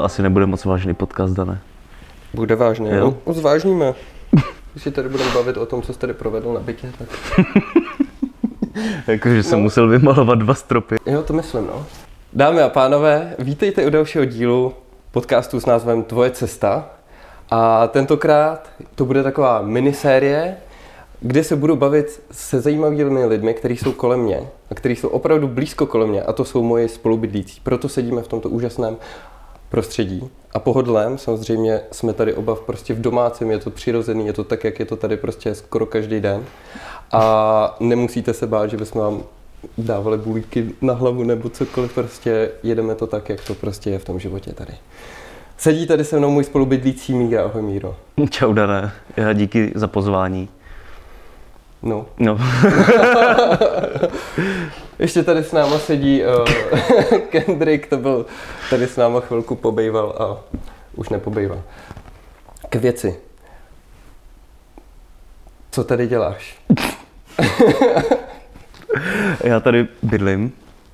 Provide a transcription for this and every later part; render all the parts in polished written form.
asi nebude moc vážný podcast, Dané. Bude vážný, jo? No, zvážníme. Když si tady budeme bavit o tom, co jsi tady provedl na bytě, tak... Jakože jsem musel vymalovat 2 stropy. Jo, to myslím, no. Dámy a pánové, vítejte u dalšího dílu podcastu s názvem Tvoje cesta. A tentokrát to bude taková minisérie, kde se budu bavit se zajímavými lidmi, kteří jsou kolem mě a kteří jsou opravdu blízko kolem mě, a to jsou moji spolubydlící. Proto sedíme v tomto úžasném prostředí a pohodlném. Samozřejmě jsme tady oba prostě v domácím, je to přirozený, je to tak, jak je to tady prostě skoro každý den. A nemusíte se bát, že bychom vám dávali bulíky na hlavu nebo cokoliv, prostě jedeme to tak, jak to prostě je v tom životě tady. Sedí tady se mnou můj spolubydlící Míra. Ahoj, Míro. Čau, Dané. Díky za pozvání. No. Ještě tady s náma sedí Kendrick, to byl tady s náma chvilku pobejval a už nepobejval. K věci. Co tady děláš? Já tady bydlím,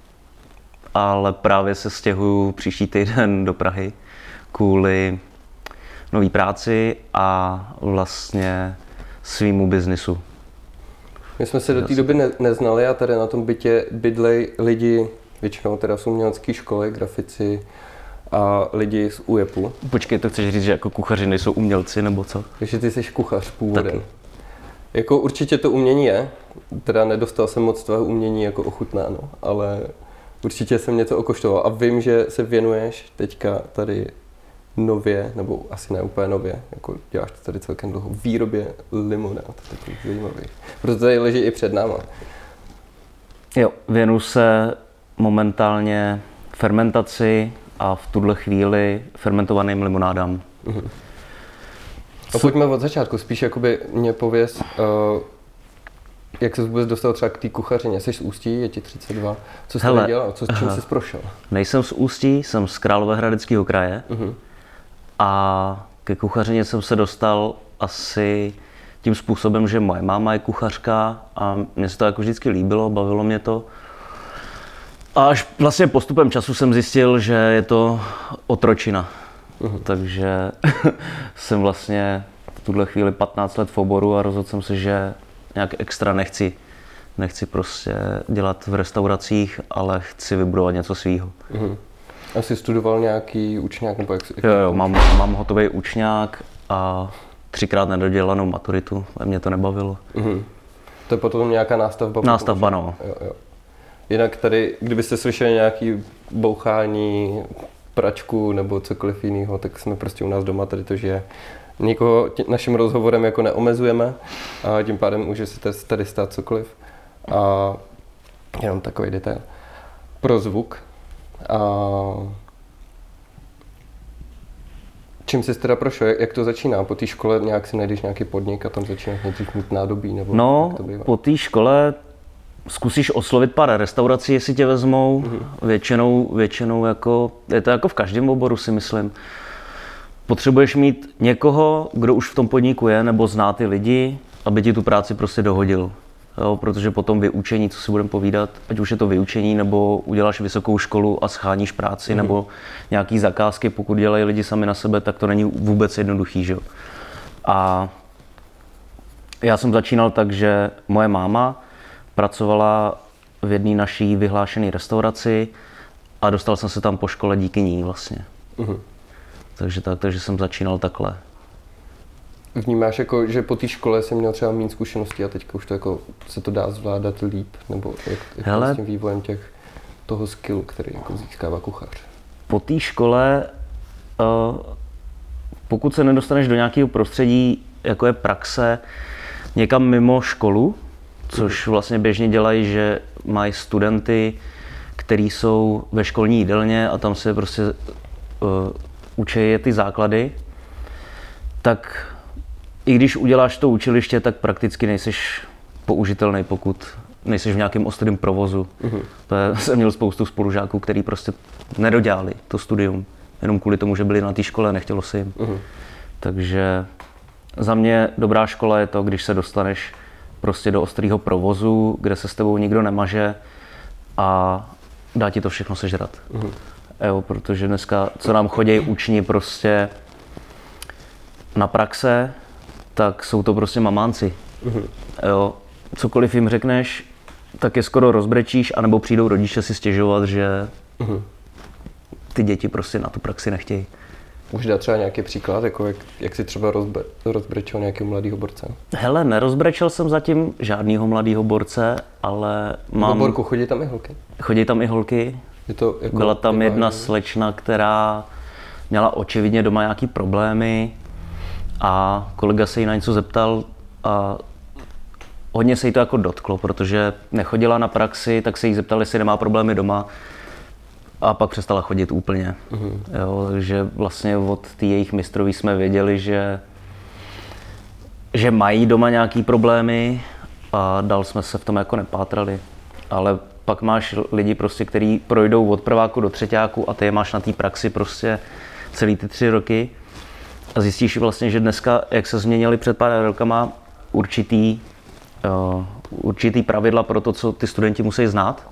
ale právě se stěhuju příští týden do Prahy kvůli nový práci a vlastně svýmu biznisu. My jsme se do té doby neznali a tady na tom bytě bydlej lidi, většinou teda z umělecké školy, grafici a lidi z UJEPu. Počkej, to chceš říct, že jako kuchaři nejsou umělci, nebo co? Takže ty jsi kuchař původem. Jako určitě to umění je, teda nedostal jsem moc tvého umění jako ochutnáno, ale určitě jsem něco okoštoval a vím, že se věnuješ teďka tady nově, nebo asi ne úplně nově, jako děláš to tady celkem dlouho, výrobě limonád, takových zajímavých. Proto tady leží i před náma. Jo, věnuju se momentálně fermentaci a v tuhle chvíli fermentovaným limonádám. Uh-huh. A pojďme od začátku, spíš jakoby mě pověz, jak jsi vůbec dostal třeba k té kuchařině. Jsi z Ústí, je ti 32, co jsi tady dělal, s čím jsi prošel? Nejsem z Ústí, jsem z Královéhradeckého kraje. Uh-huh. A ke kuchařině jsem se dostal asi tím způsobem, že moje máma je kuchařka a mně se to jako vždycky líbilo, bavilo mě to. A až vlastně postupem času jsem zjistil, že je to otročina. Uh-huh. Takže jsem vlastně v tuhle chvíli 15 let v oboru a rozhodl jsem se, že nějak extra nechci prostě dělat v restauracích, ale chci vybudovat něco svýho. Uh-huh. A jsi studoval nějaký učňák nebo jak? Jo, mám hotový učňák a 3krát nedodělanou maturitu, a mě to nebavilo. Mm-hmm. To je potom nějaká nástavba? Nástavba, no. Jo. Jinak tady, kdybyste slyšeli nějaký bouchání, pračku nebo cokoliv jiného, tak jsme prostě u nás doma, tady to žije. Nikoho naším rozhovorem jako neomezujeme a tím pádem může se tady stát cokoliv. A jenom takový detail. Pro zvuk. A čím jsi teda prošel? Jak to začíná? Po té škole nějak si najdeš nějaký podnik a tam začínáš nejdřív mít nádobí? Nebo no, jak to bývá? Po té škole zkusíš oslovit pár restaurací, jestli tě vezmou. Mm-hmm. Většinou jako, je to jako v každém oboru, si myslím. Potřebuješ mít někoho, kdo už v tom podniku je, nebo zná ty lidi, aby ti tu práci prostě dohodil. Jo, protože potom vyučení, co si budeme povídat, ať už je to vyučení, nebo uděláš vysokou školu a scháníš práci, nebo nějaký zakázky, pokud dělají lidi sami na sebe, tak to není vůbec jednoduchý, že? A já jsem začínal tak, že moje máma pracovala v jedné naší vyhlášené restauraci a dostal jsem se tam po škole díky ní vlastně. Uh-huh. Takže jsem začínal takhle. Vnímáš jako, že po té škole jsi měl třeba méně zkušeností a teďka už to jako se to dá zvládat líp, nebo jak s tím vývojem toho skillu, který jako získává kuchař? Po té škole, pokud se nedostaneš do nějakého prostředí, jako je praxe, někam mimo školu, což vlastně běžně dělají, že mají studenty, kteří jsou ve školní jídelně a tam se prostě učí ty základy, tak i když uděláš to učiliště, tak prakticky nejseš použitelný, pokud nejseš v nějakém ostrém provozu. Uh-huh. Jsem měl spoustu spolužáků, kteří prostě nedodělali to studium, jenom kvůli tomu, že byli na té škole a nechtělo se jim. Uh-huh. Takže za mě dobrá škola je to, když se dostaneš prostě do ostrého provozu, kde se s tebou nikdo nemaže a dá ti to všechno sežrat. Uh-huh. Jo, protože dneska, co nám chodí učni prostě na praxe, tak jsou to prostě mamánci. Jo, cokoliv jim řekneš, tak je skoro rozbrečíš, anebo přijdou rodiče si stěžovat, že ty děti prostě na tu praxi nechtějí. Můžeš dát třeba nějaký příklad, jako jak jsi třeba rozbrečel nějakého mladého borce? Hele, nerozbrečel jsem zatím žádnýho mladýho borce, ale mám... Do borku chodí tam i holky? Chodí tam i holky. Je to jako byla tam jedna slečna, která měla očividně doma nějaký problémy a kolega se jí na něco zeptal a hodně se jí to jako dotklo, protože nechodila na praxi, tak se jí zeptal, jestli nemá problémy doma a pak přestala chodit úplně. Jo, takže vlastně od té jejich mistrový jsme věděli, že mají doma nějaký problémy a dál jsme se v tom jako nepátrali. Ale pak máš lidi prostě, kteří projdou od prváku do třeťáku a ty je máš na té praxi prostě celý ty 3 roky a zjistíš vlastně, že dneska, jak se změnili před pár rokama určitý pravidla pro to, co ty studenti musí znát,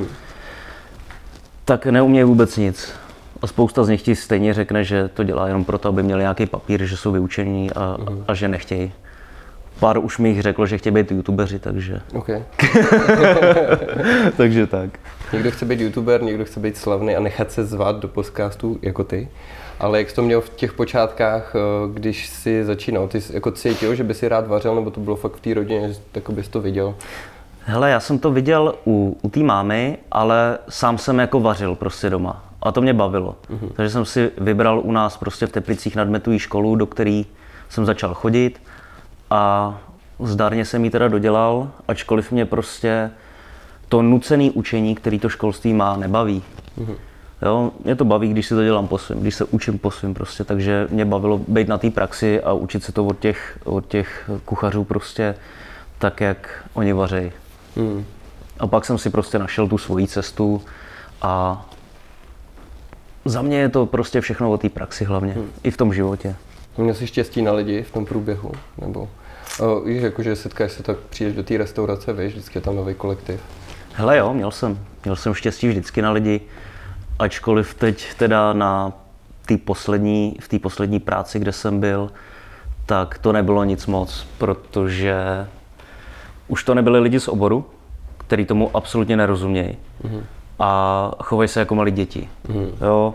tak neumějí vůbec nic. A spousta z nich ti stejně řekne, že to dělá jenom proto, aby měli nějaký papír, že jsou vyučení a že nechtějí. Pár už mi jich řeklo, že chtějí být youtubeři, takže... Okay. Takže tak. Někdo chce být youtuber, někdo chce být slavný a nechat se zvát do podcastu jako ty. Ale jak jsi to měl v těch počátkách, když jsi začínal? Ty jsi jako cítil, že by si rád vařil, nebo to bylo fakt v té rodině, že tak bys to viděl? Hele, já jsem to viděl u té mámy, ale sám jsem jako vařil prostě doma. A to mě bavilo. Takže jsem si vybral u nás prostě v Teplicích nadmetují školu, do které jsem začal chodit. A zdárně jsem ji teda dodělal, ačkoliv mě prostě to nucené učení, který to školství má, nebaví. Jo, mě to baví, když si to dělám po svým, když se učím po svým prostě, takže mě bavilo být na té praxi a učit se to od těch kuchařů prostě tak, jak oni vařejí. A pak jsem si prostě našel tu svoji cestu a za mě je to prostě všechno o té praxi hlavně, i v tom životě. Měl jsi štěstí na lidi v tom průběhu? Nebo víš, jakože setkáš se, tak přijdeš do té restaurace, víš, vždycky je tam nový kolektiv. Hele jo, měl jsem štěstí vždycky na lidi, ačkoliv teď teda v té poslední práci, kde jsem byl, tak to nebylo nic moc, protože už to nebyli lidi z oboru, kteří tomu absolutně nerozumějí a chovají se jako malí děti. Jo,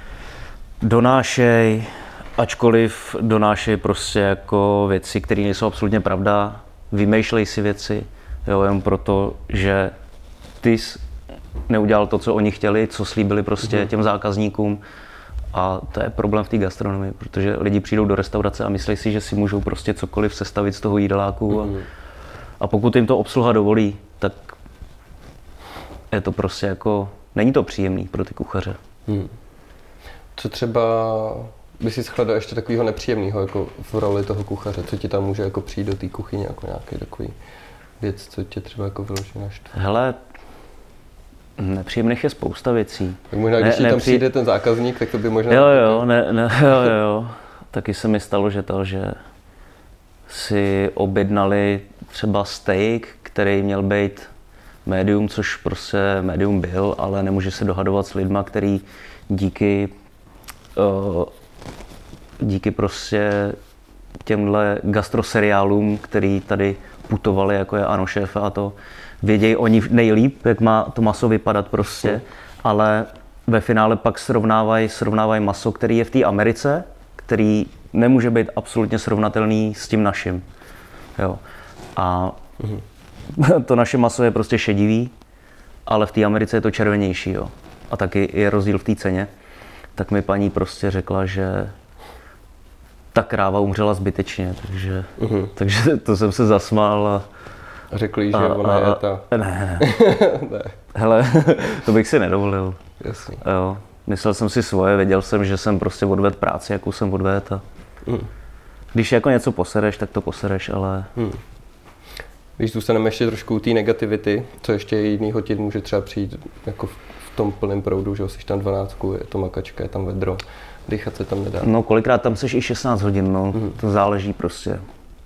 ačkoliv donášej prostě jako věci, které nejsou absolutně pravda, vymýšlej si věci, jo, jen proto, že ty jsi neudělal to, co oni chtěli, co slíbili prostě těm zákazníkům. A to je problém v té gastronomii, protože lidi přijdou do restaurace a myslí si, že si můžou prostě cokoliv sestavit z toho jídeláku. A pokud jim to obsluha dovolí, tak je to prostě jako, není to příjemný pro ty kuchaře. Co třeba by si shledal ještě takového nepříjemného jako v roli toho kuchaře? Co ti tam může jako přijít do té kuchyně, jako nějaký takový věc, co tě třeba jako vyloženě naštve? Hele, nepříjemných je spousta věcí. Tak možná, když tam přijde ten zákazník, tak to by možná... Jo. Taky se mi stalo, že si objednali třeba steak, který měl být medium, což prostě medium byl, ale nemůže se dohadovat s lidma, který díky prostě těmhle gastroseriálům, který tady putovali, jako je Ano šéf a to, vědějí oni nejlíp, jak má to maso vypadat prostě, ale ve finále pak srovnávají maso, který je v té Americe, který nemůže být absolutně srovnatelný s tím naším. Jo. A to naše maso je prostě šedivý, ale v té Americe je to červenější. Jo. A taky je rozdíl v té ceně. Tak mi paní prostě řekla, že ta kráva umřela zbytečně, takže to jsem se zasmál. A řekl jí, že ona je ta... Ne. Hele, to bych si nedovolil. Jasně. Jo. Myslel jsem si svoje, věděl jsem, že jsem prostě odvedl práci, jakou jsem odvedl. A když jako něco posereš, tak to posereš, ale... Když zůstaneme ještě trošku u té negativity, co ještě jinýho ti může třeba přijít jako v tom plném proudu, že jsi tam 12, je to makačka, je tam vedro, dýchat se tam nedá. No kolikrát tam seš i 16 hodin, no, to záleží prostě.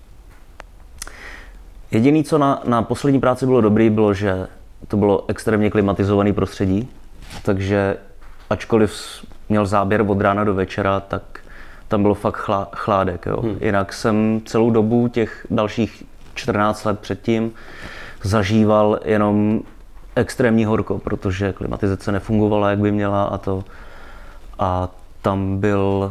Jediné, co na poslední práci bylo dobrý, bylo, že to bylo extrémně klimatizované prostředí, takže ačkoliv měl záběr od rána do večera, tak tam bylo fakt chládek. Jo. Jinak jsem celou dobu těch dalších 14 let předtím zažíval jenom extrémní horko, protože klimatizace nefungovala, jak by měla a tam byl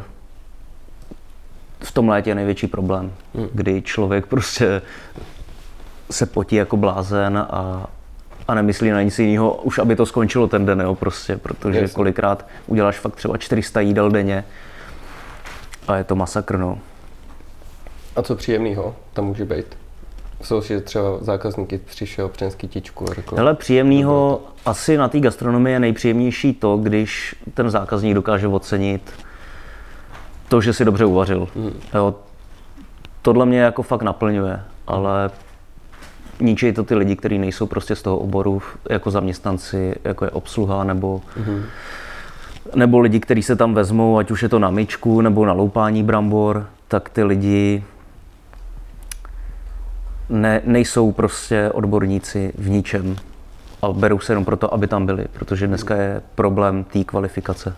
v tom létě největší problém, kdy člověk prostě se potí jako blázen a nemyslí na nic jiného, už aby to skončilo ten den, jo, prostě, protože kolikrát uděláš fakt třeba 400 jídel denně a je to masakr, no. A co příjemného tam může být? Jsou, že třeba zákazníky přišel, přinesl kytičku a řekl... Hele, příjemného asi na té gastronomii je nejpříjemnější to, když ten zákazník dokáže ocenit to, že si dobře uvařil. Jo, tohle mě jako fakt naplňuje, ale ničí to ty lidi, kteří nejsou prostě z toho oboru jako zaměstnanci, jako je obsluha nebo lidi, kteří se tam vezmou, ať už je to na myčku nebo na loupání brambor, tak ty lidi nejsou prostě odborníci v ničem a berou se jenom proto, aby tam byli, protože dneska je problém té kvalifikace.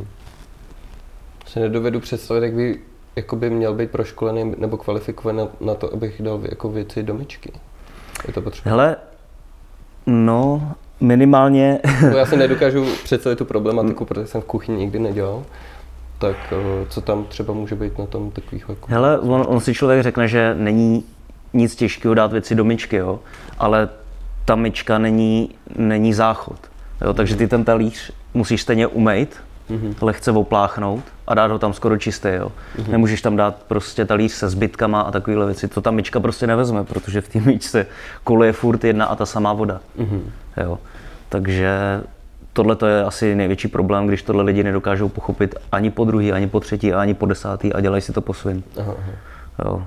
Se nedovedu představit, jak by jakoby měl být proškolený nebo kvalifikovaný na to, abych dal jako věci do myčky. Je to potřeba? Hele, no minimálně... Já si nedokážu představit tu problematiku, protože jsem v kuchyni nikdy nedělal. Tak co tam třeba může být na tom takových jako... Hele, on si člověk řekne, že není nic těžkého dát věci do myčky, jo? Ale ta myčka není záchod. Jo? Takže ty ten talíř musíš stejně umýt, lehce opláchnout a dát ho tam skoro čistý. Jo? Nemůžeš tam dát prostě talíř se zbytkama a takovéhle věci. To ta myčka prostě nevezme, protože v té myčce koluje furt jedna a ta samá voda. Jo? Takže tohle to je asi největší problém, když tohle lidi nedokážou pochopit ani po druhý, ani po třetí, ani po desátý a dělají si to po svým. Jo.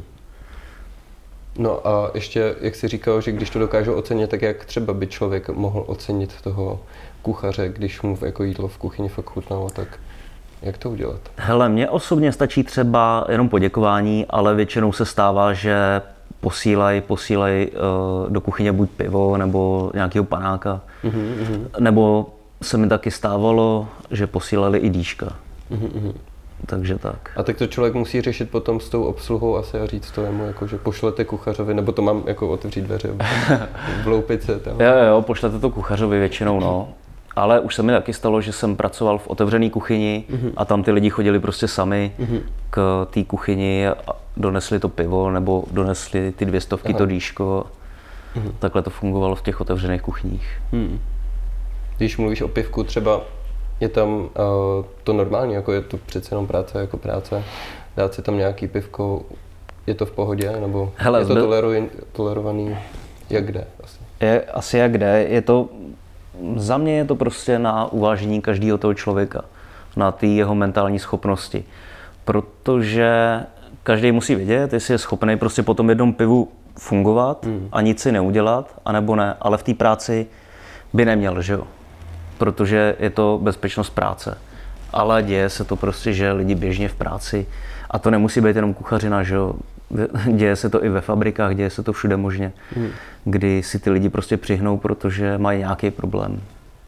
No a ještě, jak jsi říkal, že když to dokážou ocenit, tak jak třeba by člověk mohl ocenit toho kuchaře, když mu jako jídlo v kuchyni fakt chutnalo, tak jak to udělat? Hele, mně osobně stačí třeba jenom poděkování, ale většinou se stává, že posílají do kuchyně buď pivo nebo nějakého panáka, nebo se mi taky stávalo, že posílali i dýška. Takže tak. A tak to člověk musí řešit potom s tou obsluhou asi a říct to jemu, jako, že pošlete kuchařovi, nebo to mám jako otevřít dveře, vloupit se tam. Jo, pošlete to kuchařovi většinou, no. Ale už se mi taky stalo, že jsem pracoval v otevřené kuchyni a tam ty lidi chodili prostě sami k té kuchyni a donesli to pivo nebo donesli ty 200 to dýško. Takhle to fungovalo v těch otevřených kuchyních. Když mluvíš o pivku, třeba je tam to normální, jako je to přece jenom práce jako práce, dát si tam nějaký pivko, je to v pohodě, nebo hele, je to tolerovaný, jak kde asi? Je asi jak kde, je to, za mě je to prostě na uvážení každého toho člověka, na ty jeho mentální schopnosti, protože každý musí vědět, jestli je schopný prostě po tom jednom pivu fungovat a nic si neudělat, anebo ne, ale v té práci by neměl, že jo? Protože je to bezpečnost práce. Ale děje se to prostě, že lidi běžně v práci, a to nemusí být jenom kuchařina, že jo? Děje se to i ve fabrikách, děje se to všude možně, kdy si ty lidi prostě přihnou, protože mají nějaký problém.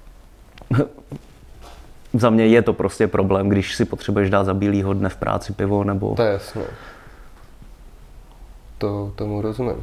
Za mě je to prostě problém, když si potřebuješ dát za bílýho dne v práci pivo nebo... To je jasné. Tomu rozumím.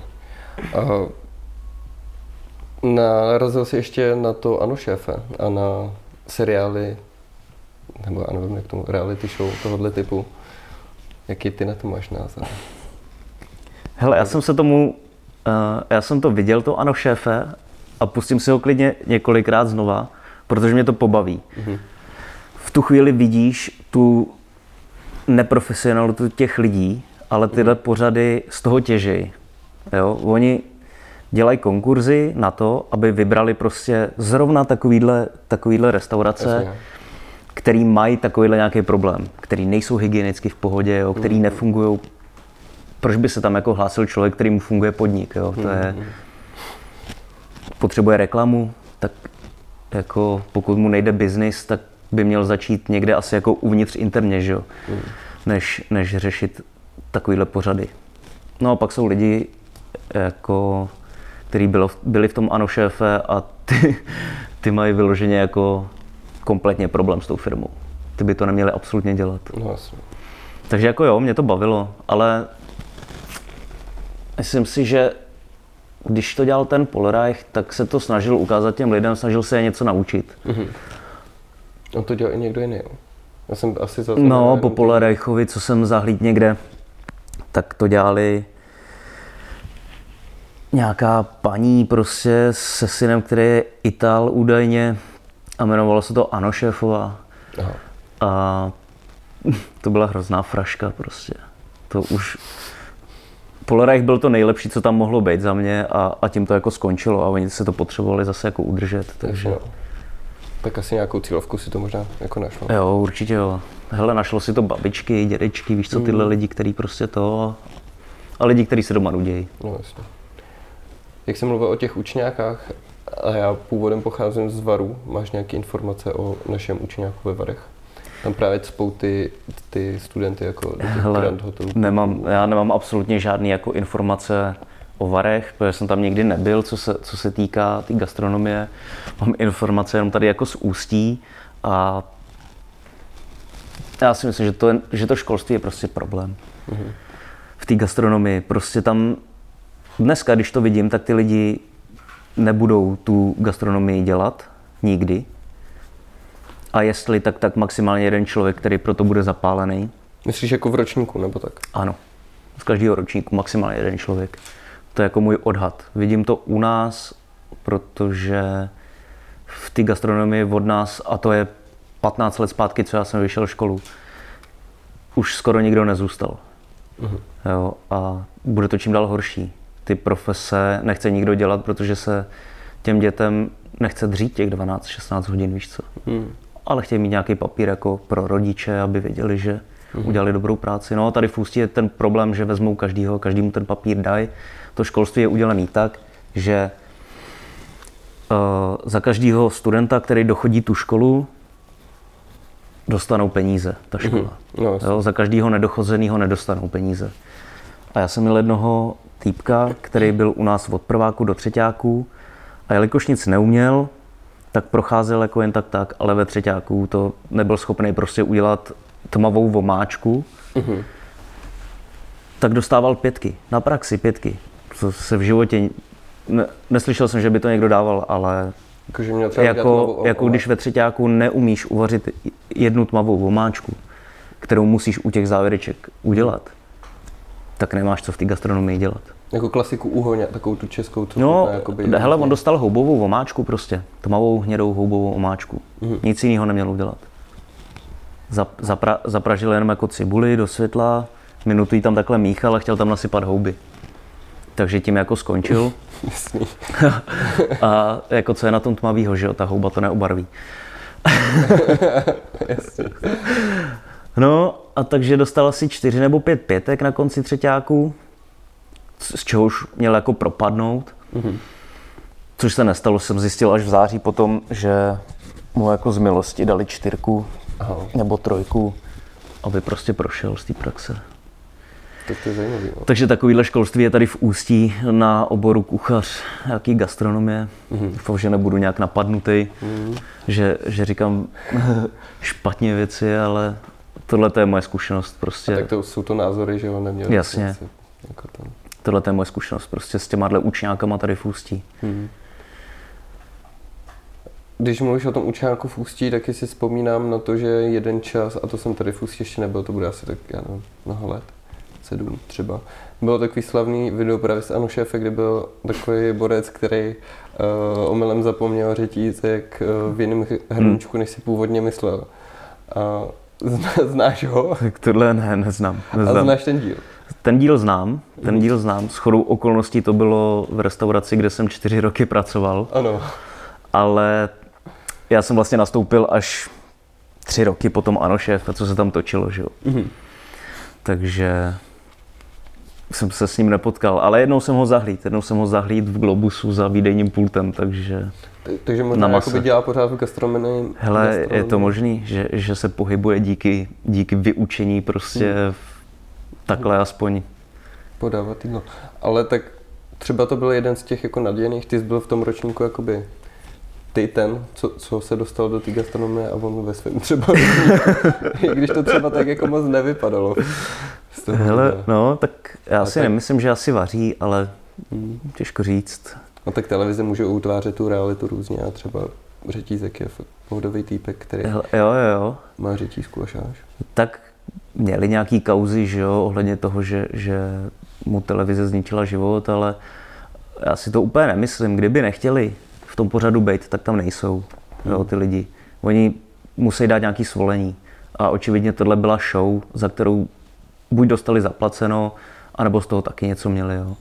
Narazil jsi ještě na to Ano šéfe a na seriály, nebo já nevím, jak tomu, reality show tohohle typu. Jaký ty na to máš názor? Hele, já jsem to viděl, to Ano šéfe, a pustím si ho klidně několikrát znova, protože mě to pobaví. V tu chvíli vidíš tu neprofesionalitu těch lidí, ale tyhle pořady z toho těží. Jo? Oni dělají konkurzy na to, aby vybrali prostě zrovna takovýhle restaurace, který mají takovýhle nějaký problém, který nejsou hygienicky v pohodě, jo, který nefungují. Proč by se tam jako hlásil člověk, který mu funguje podnik, jo? To je, potřebuje reklamu, tak jako pokud mu nejde biznis, tak by měl začít někde asi jako uvnitř interně, že jo? Než řešit takovýhle pořady. No a pak jsou lidi, jako, kteří byli v tom Ano šéfe a ty mají vyloženě jako kompletně problém s tou firmou. Ty by to neměli absolutně dělat. No jasně. Takže jako jo, mě to bavilo, ale myslím si, že když to dělal ten Polereich, tak se to snažil ukázat těm lidem, snažil se je něco naučit. On to dělal i někdo jiný, jo? Já jsem asi za to No, po Polereichovi, co jsem zahlídl někde, tak to dělali nějaká paní prostě se synem, který je Ital údajně a jmenovalo se to Ano šéfová. Aha. A to byla hrozná fraška prostě. To už... Polereich byl to nejlepší, co tam mohlo být za mě a tím to jako skončilo a oni se to potřebovali zase jako udržet, takže... No. Tak asi nějakou cílovku si to možná jako našlo. Jo, určitě jo. Hele, našlo si to babičky, dědečky, víš co, tyhle lidi, který prostě to... A lidi, kteří se doma nudějí. No jasně. Jak jsem mluvil o těch učňákách, a já původem pocházím z Varu, máš nějaké informace o našem učňáku ve Varech? Tam právě cpou ty studenty jako do těch Grand hotelů. Já nemám absolutně žádný jako informace o Varech, protože jsem tam nikdy nebyl, co se týká té gastronomie. Mám informace jenom tady jako z Ústí a já si myslím, že to školství je prostě problém. V té gastronomii. Prostě tam dneska, když to vidím, tak ty lidi nebudou tu gastronomii dělat nikdy. A jestli, tak maximálně jeden člověk, který proto bude zapálený. Myslíš jako v ročníku, nebo tak? Ano. Z každého ročníku maximálně jeden člověk. To je jako můj odhad. Vidím to u nás, protože v té gastronomii od nás, a to je 15 let zpátky, co já jsem vyšel školu, už skoro nikdo nezůstal. Jo, a bude to čím dál horší. Ty profese nechce nikdo dělat, protože se těm dětem nechce dřít těch 12-16 hodin, víš co. Ale chtějí mít nějaký papír jako pro rodiče, aby věděli, že udělali dobrou práci. No a tady v Ústí je ten problém, že vezmou každému ten papír dají. To školství je udělané tak, že za každého studenta, který dochodí tu školu, dostanou peníze, ta škola. No, jo, za každého nedochozeného nedostanou peníze. A já jsem měl jednoho týpka, který byl u nás od prváku do třeťáku a jelikož nic neuměl, tak procházel jako jen tak, ale ve třeťáku to nebyl schopný prostě udělat tmavou vomáčku, tak dostával 5, na praxi 5. To se v životě, neslyšel jsem, že by to někdo dával, ale jako když ve třeťáku neumíš uvařit jednu tmavou vomáčku, kterou musíš u těch závěreček udělat, tak nemáš co v té gastronomii dělat. Jako klasiku uhoně, takovou tu českou, co no, hele, on dostal houbovou omáčku prostě, tmavou hnědou houbovou omáčku. Nic jiného neměl udělat. Zapražil jenom jako cibuli do světla, minutu jí tam takhle míchal a chtěl tam nasypat houby. Takže tím jako skončil. A jako co je na tom tmavýho, že jo, ta houba to neobarví. No a takže dostal asi 4 nebo 5 pětek na konci třeťáku, z čeho už měl jako propadnout. Což se nestalo, jsem zjistil až v září potom, že mu jako z milosti dali 4 nebo 3, aby prostě prošel z té praxe. Tak to je zajímavý. No. Takže takovýhle školství je tady v Ústí na oboru kuchař, jaký gastronomie. Doufám, že nebudu nějak napadnutý, že říkám špatně věci, ale tohle je moje zkušenost prostě. A tak to jsou to názory, že ho neměli. Jasně. Jako tohle je moje zkušenost prostě s těma učňákama tady v Ústí. Když mluvíš o tom učňáku v Ústí, taky si vzpomínám na to, že jeden čas, a to jsem tady v Ústí ještě nebyl, to bude asi tak, já nevím, mnoho let, 7 třeba. Bylo takový slavný video právě z Ano šéfe, kde byl takový borec, který omylem zapomněl řetízek v jiném hrníčku, než si původně myslel. A znáš ho? Tak tohle neznám. A znáš ten díl? Ten díl znám. Shodou okolností to bylo v restauraci, kde jsem 4 roky pracoval. Ano. Ale já jsem vlastně nastoupil až 3 roky po tom Ano šéfe, co se tam točilo, že jo. Takže jsem se s ním nepotkal, ale jednou jsem ho zahlíd v Globusu za výdejním pultem, takže možná jakoby dělá pořád v gastronomii. Hele, je to možný, že se pohybuje díky vyučení prostě takhle aspoň. Podávat jídlo. Ale tak třeba to byl jeden z těch jako nadějných, ty jsi byl v tom ročníku jakoby co se dostal do té gastronomie a on ve svém třeba, i když to třeba tak jako moc nevypadalo. Hele, no, tak já si nemyslím, že asi vaří, ale těžko říct. No tak televize může utvářet tu realitu různě a třeba Řetízek je fakt pohodový týpek, který jo. má řetízku a šáš. Tak měli nějaký kauzy, že jo, ohledně toho, že mu televize zničila život, ale já si to úplně nemyslím. Kdyby nechtěli v tom pořadu být, tak tam nejsou, jo, ty lidi. Oni musí dát nějaký svolení. A očividně tohle byla show, za kterou buď dostali zaplaceno, anebo z toho taky něco měli, jo.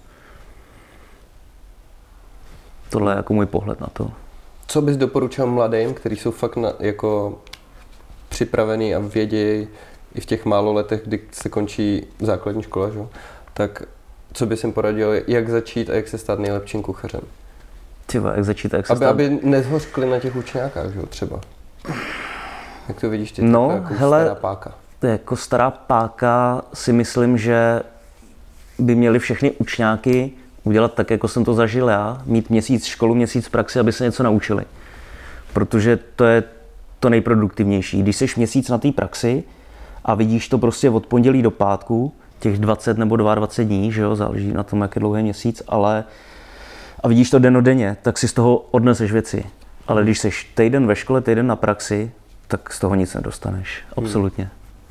Tohle je jako můj pohled na to. Co bys doporučil mladým, kteří jsou fakt jako připravený a vědějí i v těch málo letech, kdy se končí základní škola, že? Tak co bys jim poradil, jak začít a jak se stát nejlepším kuchařem? Tyva, jak začít a jak se stát... Aby nezhořkli na těch učňákách, že? Třeba. Jak to vidíš ty, no, jako hele, stará páka? Jako stará páka si myslím, že by měli všechny učňáky udělat tak, jako jsem to zažil já, mít měsíc školu, měsíc praxi, aby se něco naučili. Protože to je to nejproduktivnější. Když jsi měsíc na té praxi a vidíš to prostě od pondělí do pátku, těch 20 nebo 22 dní, že jo, záleží na tom, jak je dlouhý měsíc, ale a vidíš to dennodenně, tak si z toho odneseš věci. Ale když jsi týden ve škole, týden na praxi, tak z toho nic nedostaneš. Absolutně.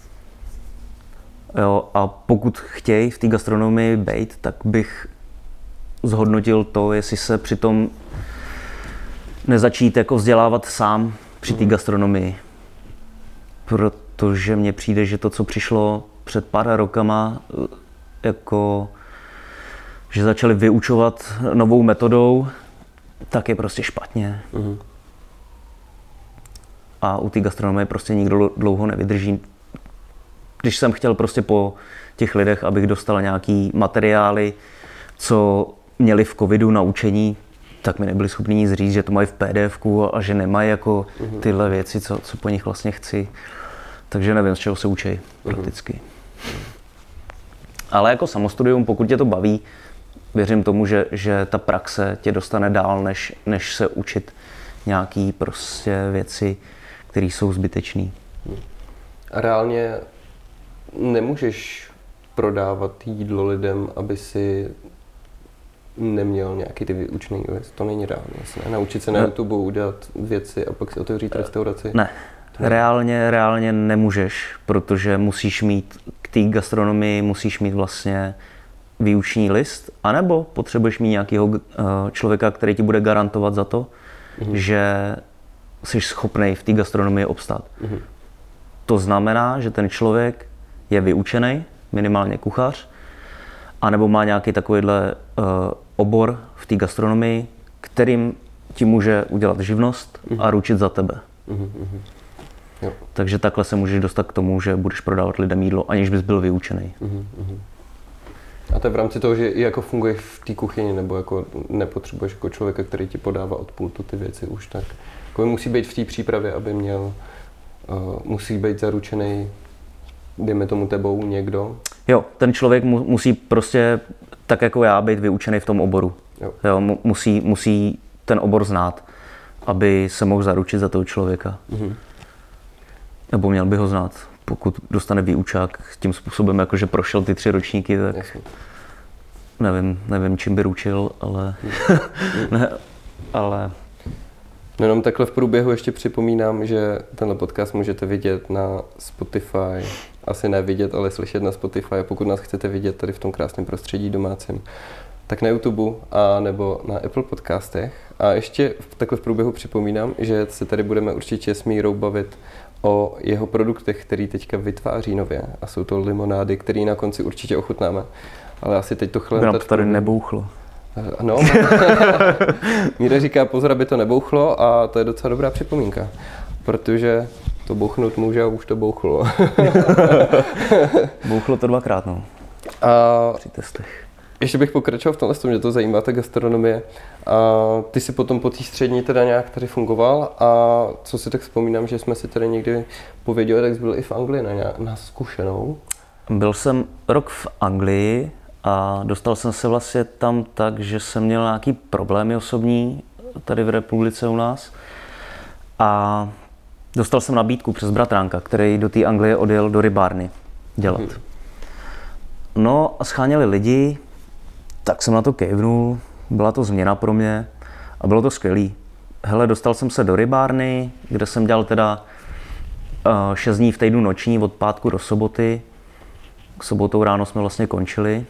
Jo, a pokud chtějí v té gastronomii být, tak bych zhodnotil to, jestli se přitom nezačít jako vzdělávat sám při té gastronomii. Protože mně přijde, že to, co přišlo před pár rokama, jako že začali vyučovat novou metodou, tak je prostě špatně. A u té gastronomie prostě nikdo dlouho nevydrží. Když jsem chtěl prostě po těch lidech, abych dostal nějaký materiály, co měli v covidu na učení, tak mi nebyli schopni nic říct, že to mají v PDFku a že nemají jako tyhle věci, co po nich vlastně chci. Takže nevím, z čeho se učí prakticky. Ale jako samostudium, pokud tě to baví, věřím tomu, že ta praxe tě dostane dál, než se učit nějaký prostě věci, které jsou zbytečné. A reálně nemůžeš prodávat jídlo lidem, aby si neměl nějaký ty vyučený věc. To není reálně. Naučit se na YouTube udělat věci a pak si otevřít restauraci. Ne. Reálně nemůžeš, protože musíš mít k té gastronomii musíš mít vlastně výuční list, anebo potřebuješ mít nějakého člověka, který ti bude garantovat za to, že jsi schopnej v té gastronomii obstát. To znamená, že ten člověk je vyučený, minimálně kuchař, anebo má nějaký takovýhle obor v té gastronomii, kterým ti může udělat živnost a ručit za tebe. Jo. Takže takhle se můžeš dostat k tomu, že budeš prodávat lidem jídlo, aniž bys byl vyučený. A to je v rámci toho, že i jako funguješ v té kuchyni, nebo jako nepotřebuješ jako člověka, který ti podává od pultu ty věci už tak. Jako musí být v té přípravě, aby měl, musí být zaručený, dejme tomu tebou, někdo. Jo, ten člověk musí prostě, tak jako já, být vyučený v tom oboru. Jo, musí ten obor znát, aby se mohl zaručit za toho člověka. Nebo měl by ho znát. Pokud dostane výučák tím způsobem, jako že prošel ty 3 ročníky, tak nevím, čím by ručil, ale... ale... Jenom takhle v průběhu ještě připomínám, že tenhle podcast můžete vidět na Spotify. Asi ne vidět, ale slyšet na Spotify. Pokud nás chcete vidět tady v tom krásném prostředí domácím, tak na YouTube a nebo na Apple podcastech. A ještě takhle v průběhu připomínám, že se tady budeme určitě s Mírou bavit o jeho produktech, který teďka vytváří nově. A jsou to limonády, které na konci určitě ochutnáme. Ale asi teď to chlentat... to tady nebouchlo. Ano. Míra říká, pozor, aby to nebouchlo, a to je docela dobrá připomínka. Protože to bouchnout může a už to bouchlo. Bouchlo to 2krát, no. A při testech. Ještě bych pokračoval v tomhle, mě to zajímá, ta gastronomie. A ty jsi potom po té střední teda nějak tady fungoval, a co si tak vzpomínám, že jsme si tady někdy pověděli, tak jsi byl i v Anglii na zkušenou. Byl jsem rok v Anglii a dostal jsem se vlastně tam tak, že jsem měl nějaký problémy osobní tady v republice u nás. A dostal jsem nabídku přes bratránka, který do té Anglie odjel do rybárny dělat. No a scháněli lidi, tak jsem na to kejvnul, byla to změna pro mě a bylo to skvělý. Hele, dostal jsem se do rybárny, kde jsem dělal teda 6 dní v týdnu noční od pátku do soboty. Sobotou ráno jsme vlastně končili.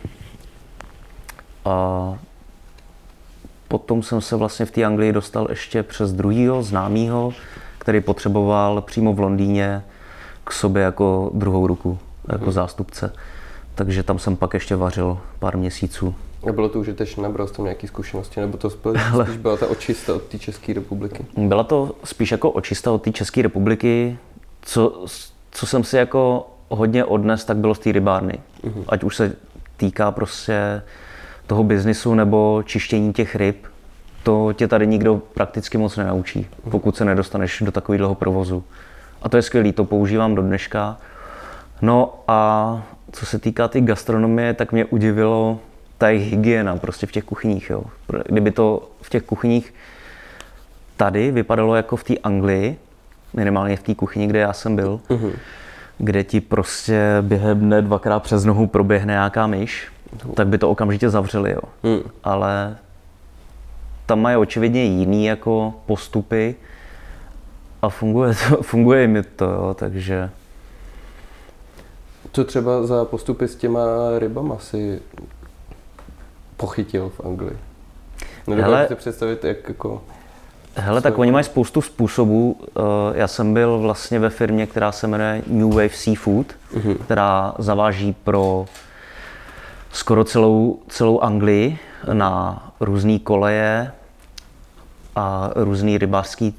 A potom jsem se vlastně v té Anglii dostal ještě přes druhýho známýho, který potřeboval přímo v Londýně k sobě jako druhou ruku, jako zástupce. Takže tam jsem pak ještě vařil pár měsíců. A bylo to užitečné, bral jsi tam nějaké zkušenosti, nebo to spíš byla ta očista od té České republiky? Byla to spíš jako očista od té České republiky. Co jsem si jako hodně odnes, tak bylo z té rybárny. Ať už se týká prostě toho biznisu nebo čištění těch ryb, to tě tady nikdo prakticky moc nenaučí, pokud se nedostaneš do takového provozu. A to je skvělý, to používám do dneška. No a co se týká té gastronomie, tak mě udivilo ta jejich hygiena prostě v těch kuchyních. Jo. Kdyby to v těch kuchyních tady vypadalo jako v té Anglii, minimálně v té kuchyni, kde já jsem byl, kde ti prostě během dne 2krát přes nohu proběhne nějaká myš, tak by to okamžitě zavřeli. Jo. Ale tam mají očividně jiný jako postupy a funguje mi to, jo, takže... Co třeba za postupy s těma rybama si pochytil v Anglii? Nedokážu si představit, jak jako... Hele, tak oni mají spoustu způsobů. Já jsem byl vlastně ve firmě, která se jmenuje New Wave Seafood, která zaváží pro skoro celou Anglii na různé koleje a různý rybářský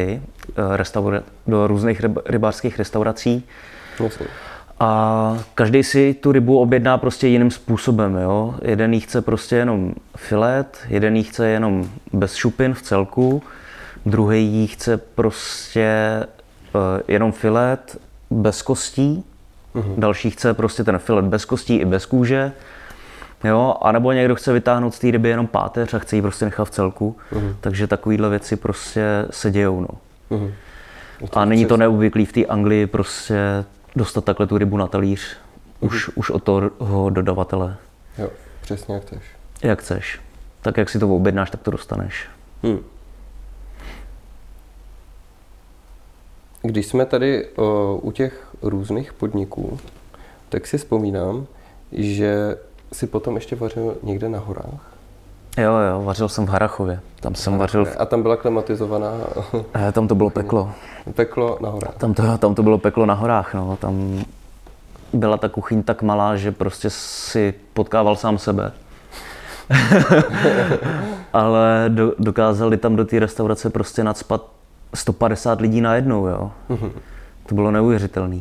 do různých rybářských restaurací. Jasně. A každý si tu rybu objedná prostě jiným způsobem, jo. Jeden jí chce prostě jenom filet, jeden jí chce jenom bez šupin v celku, druhý jí chce prostě jenom filet bez kostí, další chce prostě ten filet bez kostí i bez kůže, jo. A nebo někdo chce vytáhnout z té ryby jenom páteř a chce ji prostě nechat v celku, takže takovýhle věci prostě se dějou, no. A není to neobvyklý v té Anglii prostě dostat takhle tu rybu na talíř už od toho dodavatele. Jo, přesně jak chceš. Jak chceš. Tak jak si to objednáš, tak to dostaneš. Když jsme tady u těch různých podniků, tak si vzpomínám, že si potom ještě vařil někde na horách. Jo, vařil jsem v Harrachově. Tam jsem vařil... A tam byla klimatizovaná... Tam to bylo peklo. Peklo na horách. Tam to bylo peklo na horách, no. Tam byla ta kuchyň tak malá, že prostě si potkával sám sebe. Ale dokázali tam do té restaurace prostě nacpat 150 lidí najednou, jo. To bylo neuvěřitelný.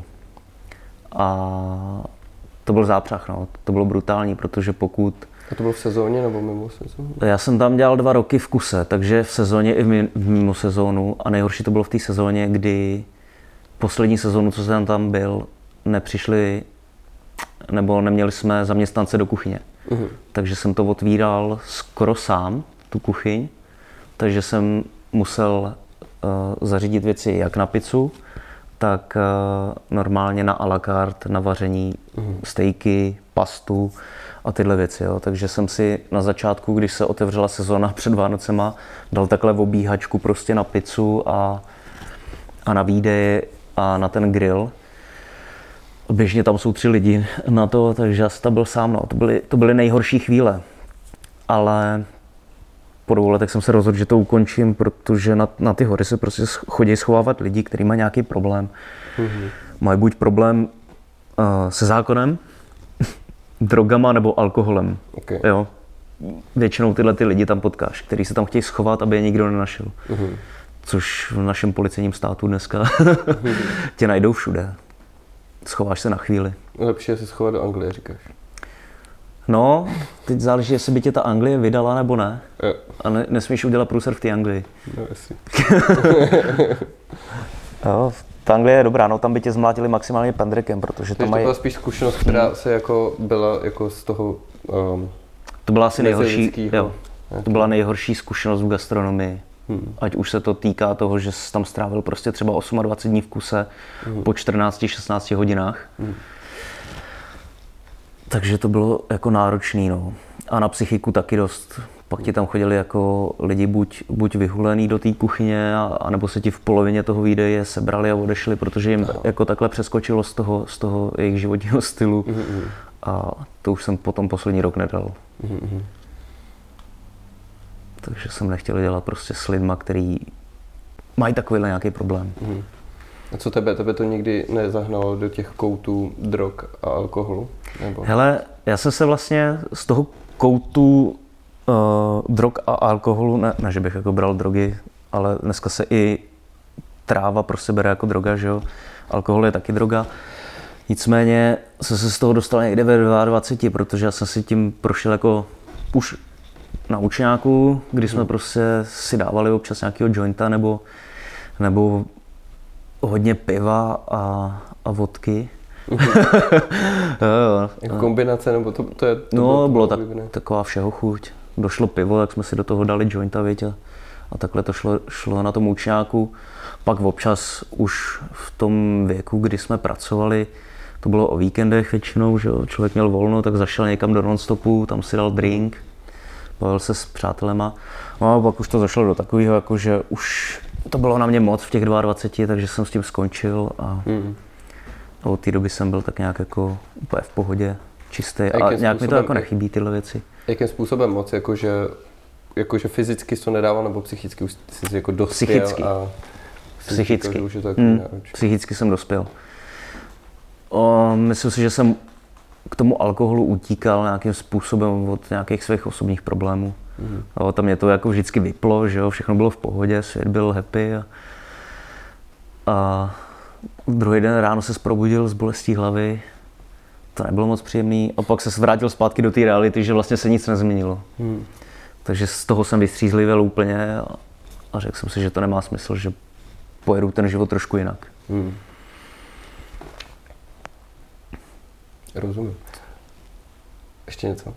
A to byl zápřah, no. To bylo brutální, protože pokud... A to bylo v sezóně nebo mimo sezónu? Já jsem tam dělal 2 roky v kuse, takže v sezóně i mimo sezónu. A nejhorší to bylo v té sezóně, kdy poslední sezónu, co jsem tam byl, nepřišli nebo neměli jsme zaměstnance do kuchyně. Takže jsem to otvíral skoro sám, tu kuchyň. Takže jsem musel zařídit věci jak na pizzu, tak normálně na à la carte, na vaření stejky, pastu a tyhle věci. Jo. Takže jsem si na začátku, když se otevřela sezóna před Vánocema, dal takhle obíhačku prostě na pizzu a na výdej a na ten grill. Běžně tam jsou 3 lidi na to, takže já jsem tam byl sám. No. To byly nejhorší chvíle. Ale po 2 letech jsem se rozhodl, že to ukončím, protože na ty hory se prostě chodí schovávat lidi, kteří mají nějaký problém. Mají buď problém se zákonem, drogama nebo alkoholem. Okay. Jo. Většinou tyhle ty lidi tam potkáš, kteří se tam chtějí schovat, aby je nikdo nenašel. Což v našem policejním státu dneska tě najdou všude. Schováš se na chvíli. Lepší je se schovat do Anglie, říkáš. No, teď záleží, jestli by tě ta Anglie vydala nebo ne. Jo. A nesmíš udělat průser v té Anglii. No, jasně. Jo, ta Anglie je dobrá, no tam by tě zmlátili maximálně pendrekem, protože to mají... To byla spíš zkušenost, která se jako byla jako z toho... to byla asi nejhorší, jo, to byla nejhorší zkušenost v gastronomii. Ať už se to týká toho, že jsi tam strávil prostě třeba 28 dní v kuse po 14-16 hodinách. Takže to bylo jako náročný, no. A na psychiku taky dost. Pak ti tam chodili jako lidi buď vyhulený do té kuchyně, anebo se ti v polovině toho výdeje sebrali a odešli, protože jim jako takhle přeskočilo z toho jejich životního stylu. A to už jsem potom poslední rok nedal. Takže jsem nechtěl dělat prostě s lidma, který mají takovýhle nějaký problém. A co tebe to nikdy nezahnalo do těch koutů drog a alkoholu? Nebo? Hele, já jsem se vlastně z toho koutu drog a alkoholu, ne, že bych jako bral drogy, ale dneska se i tráva prostě bere jako droga, že jo? Alkohol je taky droga. Nicméně jsem se z toho dostal někde ve 22, protože já jsem si tím prošel jako už na učňáku, kdy jsme prostě si dávali občas nějakého jointa nebo hodně piva a vodky. Jako kombinace, nebo to je... No, bylo taková všeho chuť. Došlo pivo, tak jsme si do toho dali jointa, viď, a takhle to šlo na tom učňáku. Pak občas už v tom věku, kdy jsme pracovali, to bylo o víkendech většinou, že člověk měl volno, tak zašel někam do non-stopu, tam si dal drink, bavil se s přátelema. No a pak už to zašlo do takového, jako že už to bylo na mě moc v těch 22, takže jsem s tím skončil a od té doby jsem byl tak nějak jako úplně v pohodě, čistý a nějak mi to jako nechybí tyhle věci. Jakým způsobem moc, jakože fyzicky to nedával, nebo psychicky už jsi jako dospěl? Psychicky. Psychicky jsem dospěl. Myslím si, že jsem k tomu alkoholu utíkal nějakým způsobem od nějakých svých osobních problémů. Tam mě to jako vždycky vyplo, že jo, všechno bylo v pohodě, svět byl happy a druhý den ráno se probudil s bolestí hlavy. To nebylo moc příjemný a pak se vrátil zpátky do té reality, že vlastně se nic nezměnilo. Takže z toho jsem vystřízlivěl úplně a řekl jsem si, že to nemá smysl, že pojedu ten život trošku jinak. Rozumím. Ještě něco?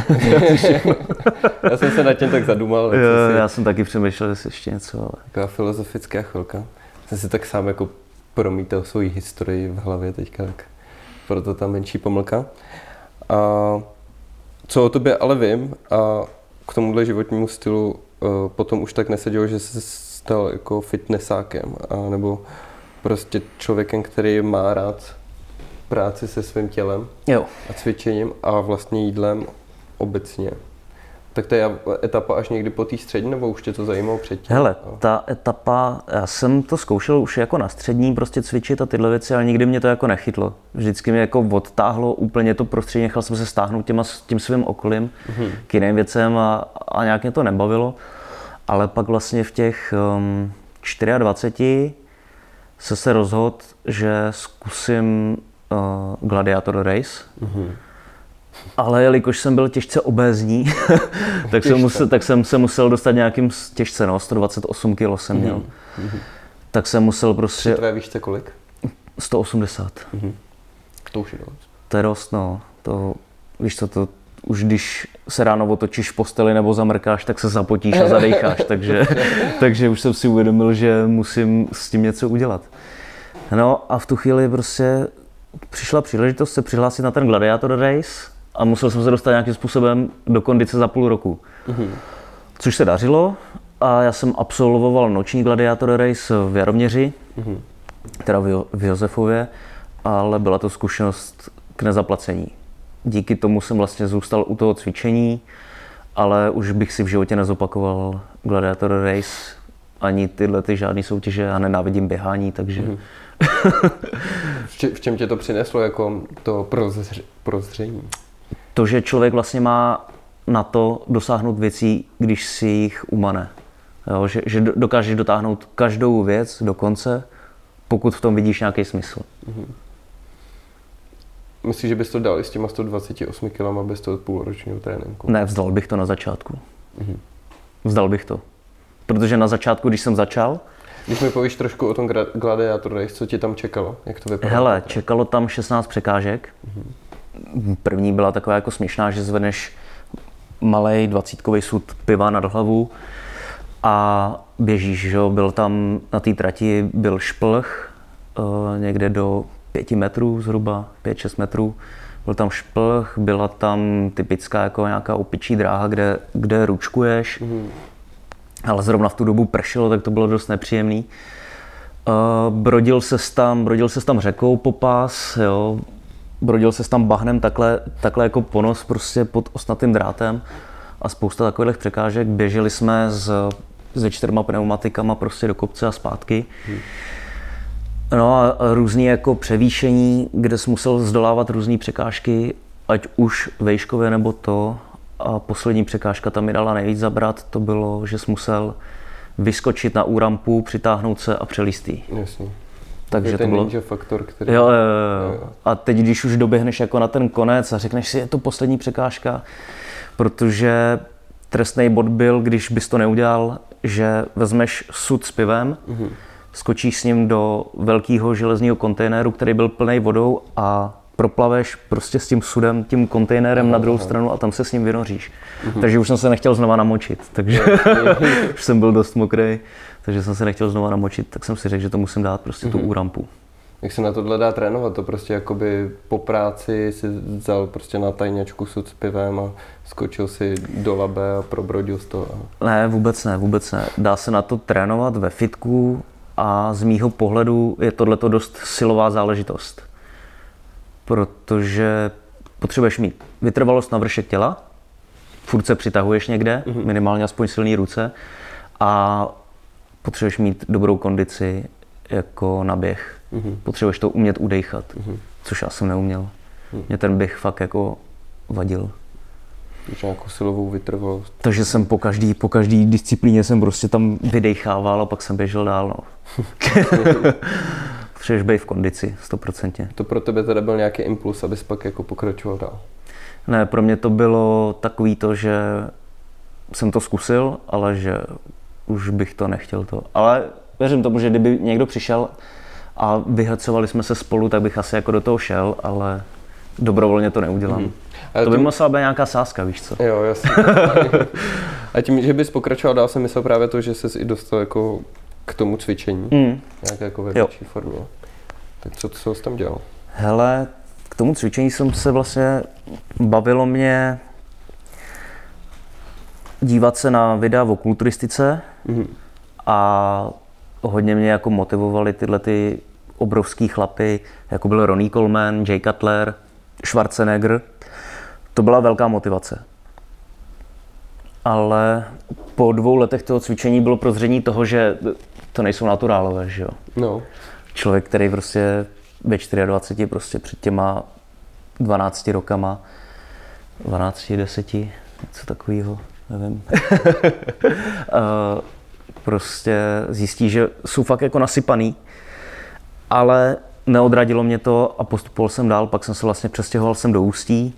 Já jsem se nad tím tak zadumal. Já jsem taky přemýšlel, jestli ještě něco, ale... Taková filozofická chvilka. Jsem si tak sám jako promítal svou historii v hlavě teďka, tak proto ta menší pomlka. A co o tobě ale vím a k tomuhle životnímu stylu potom už tak nesedělo, že jsi stal jako fitnessákem, nebo prostě člověkem, který má rád práci se svým tělem a cvičením a vlastně jídlem obecně. Tak to je etapa až někdy po té střední, nebo už tě to zajímalo předtím? Hele, ta etapa, já jsem to zkoušel už jako na střední prostě cvičit a tyhle věci, ale nikdy mě to jako nechytlo. Vždycky mě jako odtáhlo úplně to prostředí, nechal jsem se stáhnout tím svým okolím k jiným věcem a nějak mě to nebavilo. Ale pak vlastně v těch 24 se rozhodl, že zkusím Gladiator Race. Ale jelikož jsem byl těžce obézní, tak jsem se musel dostat nějakým těžce, 128 kg jsem měl. Tak jsem musel prostě... Tvé výšce kolik? 180. To už je dost. To je dost, no. Víš co, to už když se ráno otočíš v posteli nebo zamrkáš, tak se zapotíš a zadejcháš, takže už jsem si uvědomil, že musím s tím něco udělat. No a v tu chvíli prostě přišla příležitost se přihlásit na ten Gladiator Race a musel jsem se dostat nějakým způsobem do kondice za půl roku. Což se dařilo a já jsem absolvoval noční Gladiator Race v Jaroměři, teda v Josefově, ale byla to zkušenost k nezaplacení. Díky tomu jsem vlastně zůstal u toho cvičení, ale už bych si v životě nezopakoval Gladiator Race, ani tyhle žádné soutěže a nenávidím běhání, takže... V čem tě to přineslo jako to prozření? To, že člověk vlastně má na to dosáhnout věcí, když si jich umane. Jo, že dokážeš dotáhnout každou věc do konce, pokud v tom vidíš nějaký smysl. Myslíš, že bys to dal i s těma 128 kg bez toho půlročního tréninku? Ne, vzdal bych to na začátku. Vzdal bych to. Protože na začátku, když jsem začal... Když mi povíš trošku o tom Gladiator Race, co ti tam čekalo? Jak to vypadalo? Hele, čekalo tam 16 překážek. První byla taková jako směšná, že zvedneš malej 20kový sud piva nad hlavu a běžíš, že jo, byl tam na té trati byl šplh někde do 5 metrů zhruba, 5-6 metrů. Byl tam šplh, byla tam typická jako nějaká opičí dráha, kde ručkuješ, ale zrovna v tu dobu pršelo, tak to bylo dost nepříjemný. Brodil ses tam řekou po pás, jo. Brodil ses tam bahnem takhle jako ponos prostě pod ostnatým drátem a spousta takových překážek. Běželi jsme se 4 pneumatikama prostě do kopce a zpátky. No a různý jako převýšení, kde jsi musel zdolávat různé překážky, ať už vejškově nebo to. A poslední překážka tam mi dala nejvíc zabrat, to bylo, že jsi musel vyskočit na úrampu, přitáhnout se a přelíst jí. Jasně. Takže to bylo ninja faktor, který... Jo. A teď, když už doběhneš jako na ten konec a řekneš si, je to poslední překážka, protože trestný bod byl, když bys to neudělal, že vezmeš sud s pivem, skočíš s ním do velkého železného kontejneru, který byl plný vodou a proplaveš prostě s tím sudem, tím kontejnerem na druhou stranu a tam se s ním vynoříš. Takže už jsem se nechtěl znova namočit, takže už jsem byl dost mokrý, takže jsem se nechtěl znova namočit, tak jsem si řekl, že to musím dát prostě tu úrampu. Jak se na tohle dá trénovat? To prostě jakoby po práci si vzal prostě na tajňačku sud s pivem a skočil si do Labe a probrodil z toho? Ne, vůbec ne. Dá se na to trénovat ve fitku a z mýho pohledu je tohleto dost silová záležitost. Protože potřebuješ mít vytrvalost na vršek těla, furt se přitahuješ někde, minimálně aspoň silné ruce a potřebuješ mít dobrou kondici jako na běh. Potřebuješ to umět udejchat, což já jsem neuměl. Mě ten běh fakt jako vadil. Takže nějakou silovou vytrvalost. Takže jsem po každý disciplíně jsem prostě tam vydejchával a pak jsem běžel dál. No. Potřebuješ být v kondici, 100%. To pro tebe teda byl nějaký impuls, abys pak jako pokračoval dál? Ne, pro mě to bylo takový to, že jsem to zkusil, ale že už bych to nechtěl to. Ale věřím tomu, že kdyby někdo přišel a vyhecovali jsme se spolu, tak bych asi jako do toho šel, ale dobrovolně to neudělám. To by musela být nějaká sázka, víš co? Jo, jasně. A tím, že bys pokračoval dál, jsem myslel právě to, že ses i dostal jako k tomu cvičení. Nějaké jako ve větší formě. Tak co jsi tam dělal? Hele, k tomu cvičení jsem se vlastně bavilo mě dívat se na videa o kulturistice a hodně mě jako motivovali tyhle ty obrovský chlapy, jako byl Ronnie Coleman, Jay Cutler, Schwarzenegger. To byla velká motivace. Ale po 2 letech toho cvičení bylo prozření toho, že to nejsou naturálové, že jo. No. Člověk, který prostě ve 24 prostě před těma 12 rokama, 12, 10, něco takového, nevím. Prostě zjistí, že jsou fakt jako nasypaný, ale neodradilo mě to a postupoval jsem dál, pak jsem se vlastně přestěhoval sem do Ústí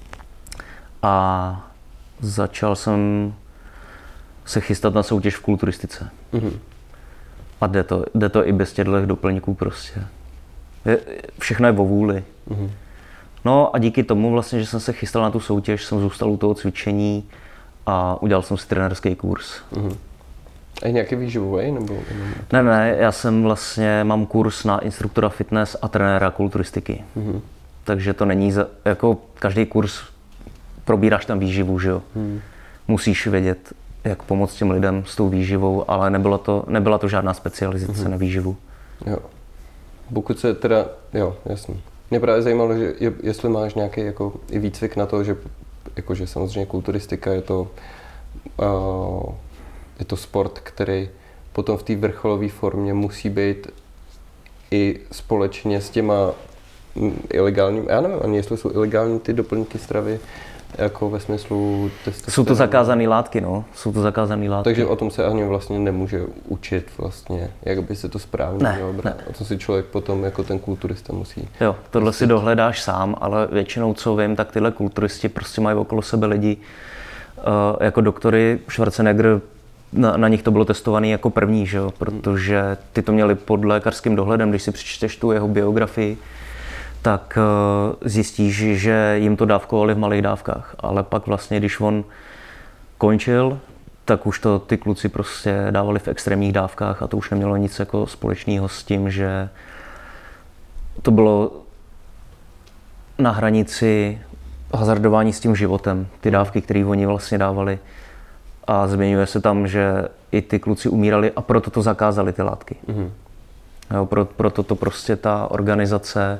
a začal jsem se chystat na soutěž v kulturistice. A jde to i bez těchto doplňků prostě. Všechno je o vůli. No a díky tomu vlastně, že jsem se chystal na tu soutěž, jsem zůstal u toho cvičení a udělal jsem si trenérský kurz. A nějaký výživový nebo? Ne, já jsem vlastně, mám kurz na instruktora fitness a trenéra kulturistiky. Takže to není, jako každý kurz probíráš tam výživu, že jo. Musíš vědět, jak pomoct těm lidem s tou výživou, ale nebyla to žádná specializace na výživu. Jo. Pokud se teda, jo, jasně. Mě právě zajímalo, že jestli máš nějaký jako i výcvik na to, že jakože samozřejmě kulturistika je to sport, který potom v té vrcholové formě musí být i společně s těma ilegálními, já nevím ani jestli jsou ilegální ty doplňky stravy, jako ve smyslu testosteronu. Jsou to zakázané látky, no. Jsou to zakázané látky. Takže o tom se ani vlastně nemůže učit vlastně, jak by se to správně mělo brát. O tom si člověk potom jako ten kulturista musí. Jo, tohle si dohledáš sám, ale většinou, co vím, tak tyhle kulturisti prostě mají okolo sebe lidi, jako doktory. Schwarzenegger, na nich to bylo testované jako první, že jo? Protože ty to měli pod lékařským dohledem, když si přečteš tu jeho biografii, tak zjistíš, že jim to dávkovali v malých dávkách. Ale pak vlastně, když on končil, tak už to ty kluci prostě dávali v extrémních dávkách a to už nemělo nic jako společného s tím, že to bylo na hranici hazardování s tím životem, ty dávky, které oni vlastně dávali. A zmiňuje se tam, že i ty kluci umírali a proto to zakázali ty látky. Jo, proto to prostě ta organizace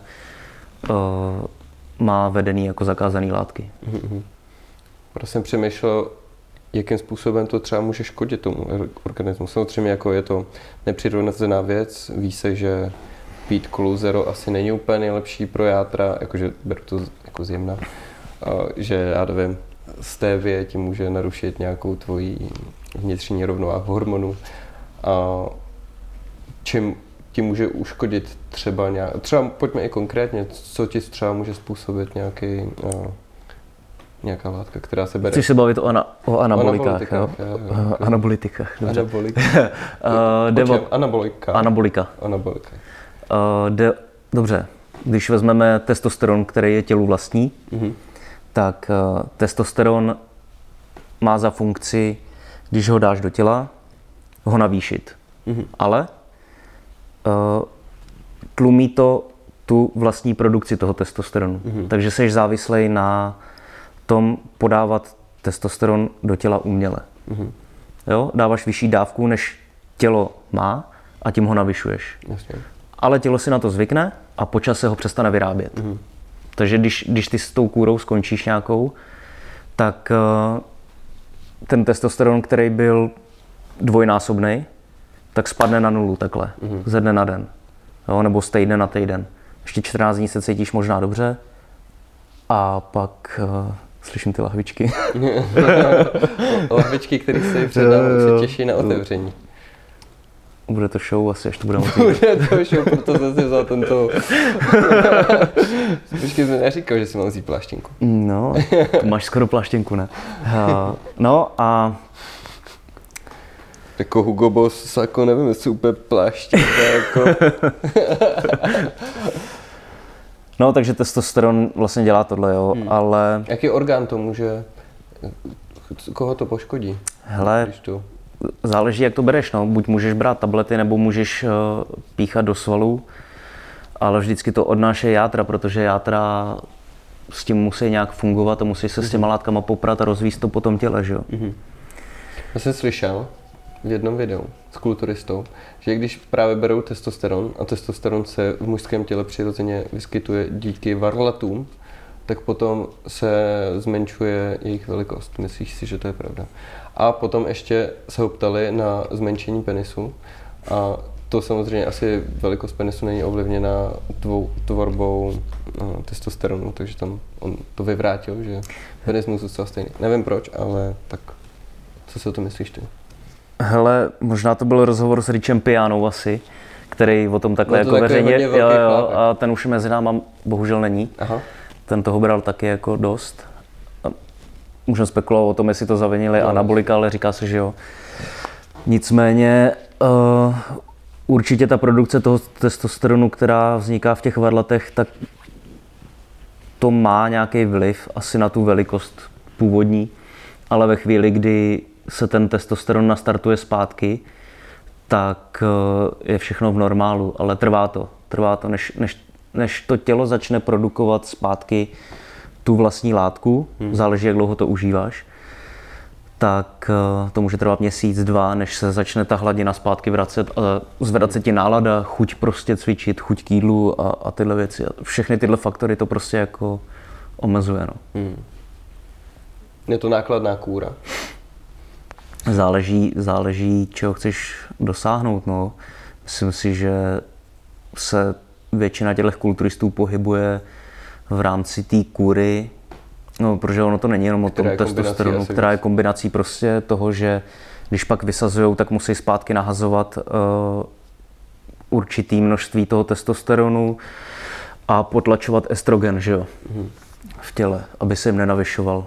má vedený jako zakázané látky. Proto jsem přemýšlel, jakým způsobem to třeba může škodit tomu organismu. Samozřejmě jako je to nepřirozená věc, ví se, že pít kolu zero asi není úplně nejlepší pro játra, jakože beru to jako zjemna, že já nevím, stevie ti může narušit nějakou tvoji vnitřní rovnováhu hormonů. A čím ti může uškodit třeba třeba pojďme i konkrétně, co ti třeba může způsobit nějaká látka, která se bere. Chceš se bavit o anabolikách, jo? Anabolikách. Anabolika. Dobře, když vezmeme testosteron, který je tělu vlastní, tak testosteron má za funkci, když ho dáš do těla, ho navýšit. Ale tlumí to tu vlastní produkci toho testosteronu. Takže jsi závislej na tom podávat testosteron do těla uměle. Jo? Dáváš vyšší dávku, než tělo má a tím ho navyšuješ. Jasně. Ale tělo si na to zvykne a po čase ho přestane vyrábět. Takže když ty s tou kůrou skončíš nějakou, tak ten testosteron, který byl dvojnásobný, tak spadne na nulu takhle, ze dne na den. Jo? Nebo z týdne na týden. Ještě 14 dní se cítíš možná dobře a pak slyším ty lahvičky. Lahvičky, které se předám, se těší na otevření. Bude to show asi, až to bude Bude to show, proto jsem si vzal tento... Počkej, jsem neříkal, že si mám vzít pláštěnku. No, to máš skoro pláštěnku, ne? No a... Jako Hugo Boss, jako nevím, jestli úplně pláštěnka, jako... No, takže testosteron vlastně dělá tohle, jo, ale... Jaký orgán to může... Koho to poškodí? Hele, záleží, jak to bereš, no. Buď můžeš brát tablety, nebo můžeš píchat do svalů, ale vždycky to odnáší játra, protože játra s tím musí nějak fungovat a musí se s těma látkama poprat a rozvíjet to po tom těle, že jo. Já jsem slyšel v jednom videu s kulturistou, že když právě berou testosteron a testosteron se v mužském těle přirozeně vyskytuje díky varlatům, tak potom se zmenšuje jejich velikost. Myslíš si, že to je pravda? A potom ještě se ho ptali na zmenšení penisu a to samozřejmě asi velikost penisu není ovlivněna tvorbou testosteronu, takže tam on to vyvrátil, že penis musí zůstat stejný. Nevím proč, ale tak co si o to myslíš ty? Hele, možná to byl rozhovor s Richem Pianou asi, který o tom takhle jako veřejně, jo, a ten už mezi náma bohužel není. Aha. Ten toho bral taky jako dost. Můžeme spekulovat o tom, jestli to zavinili anabolika, ale říká se, že jo. Nicméně určitě ta produkce toho testosteronu, která vzniká v těch varlatech, tak to má nějaký vliv asi na tu velikost původní, ale ve chvíli, kdy se ten testosteron nastartuje zpátky, tak je všechno v normálu, ale trvá to, než to tělo začne produkovat zpátky tu vlastní látku, záleží, jak dlouho to užíváš, tak to může trvat měsíc, 2, než se začne ta hladina zpátky vracet a zvedat se ti nálada, chuť prostě cvičit, chuť k jídlu a tyhle věci. Všechny tyhle faktory to prostě jako omezuje. No. Je to nákladná kůra. Záleží, čeho chceš dosáhnout. No. Myslím si, že se většina těchto kulturistů pohybuje v rámci té kůry, no, protože ono to není jenom o tom testosteronu, která je kombinací prostě toho, že když pak vysazujou, tak musí zpátky nahazovat určitý množství toho testosteronu a potlačovat estrogen, že jo, v těle, aby se jim nenavyšoval.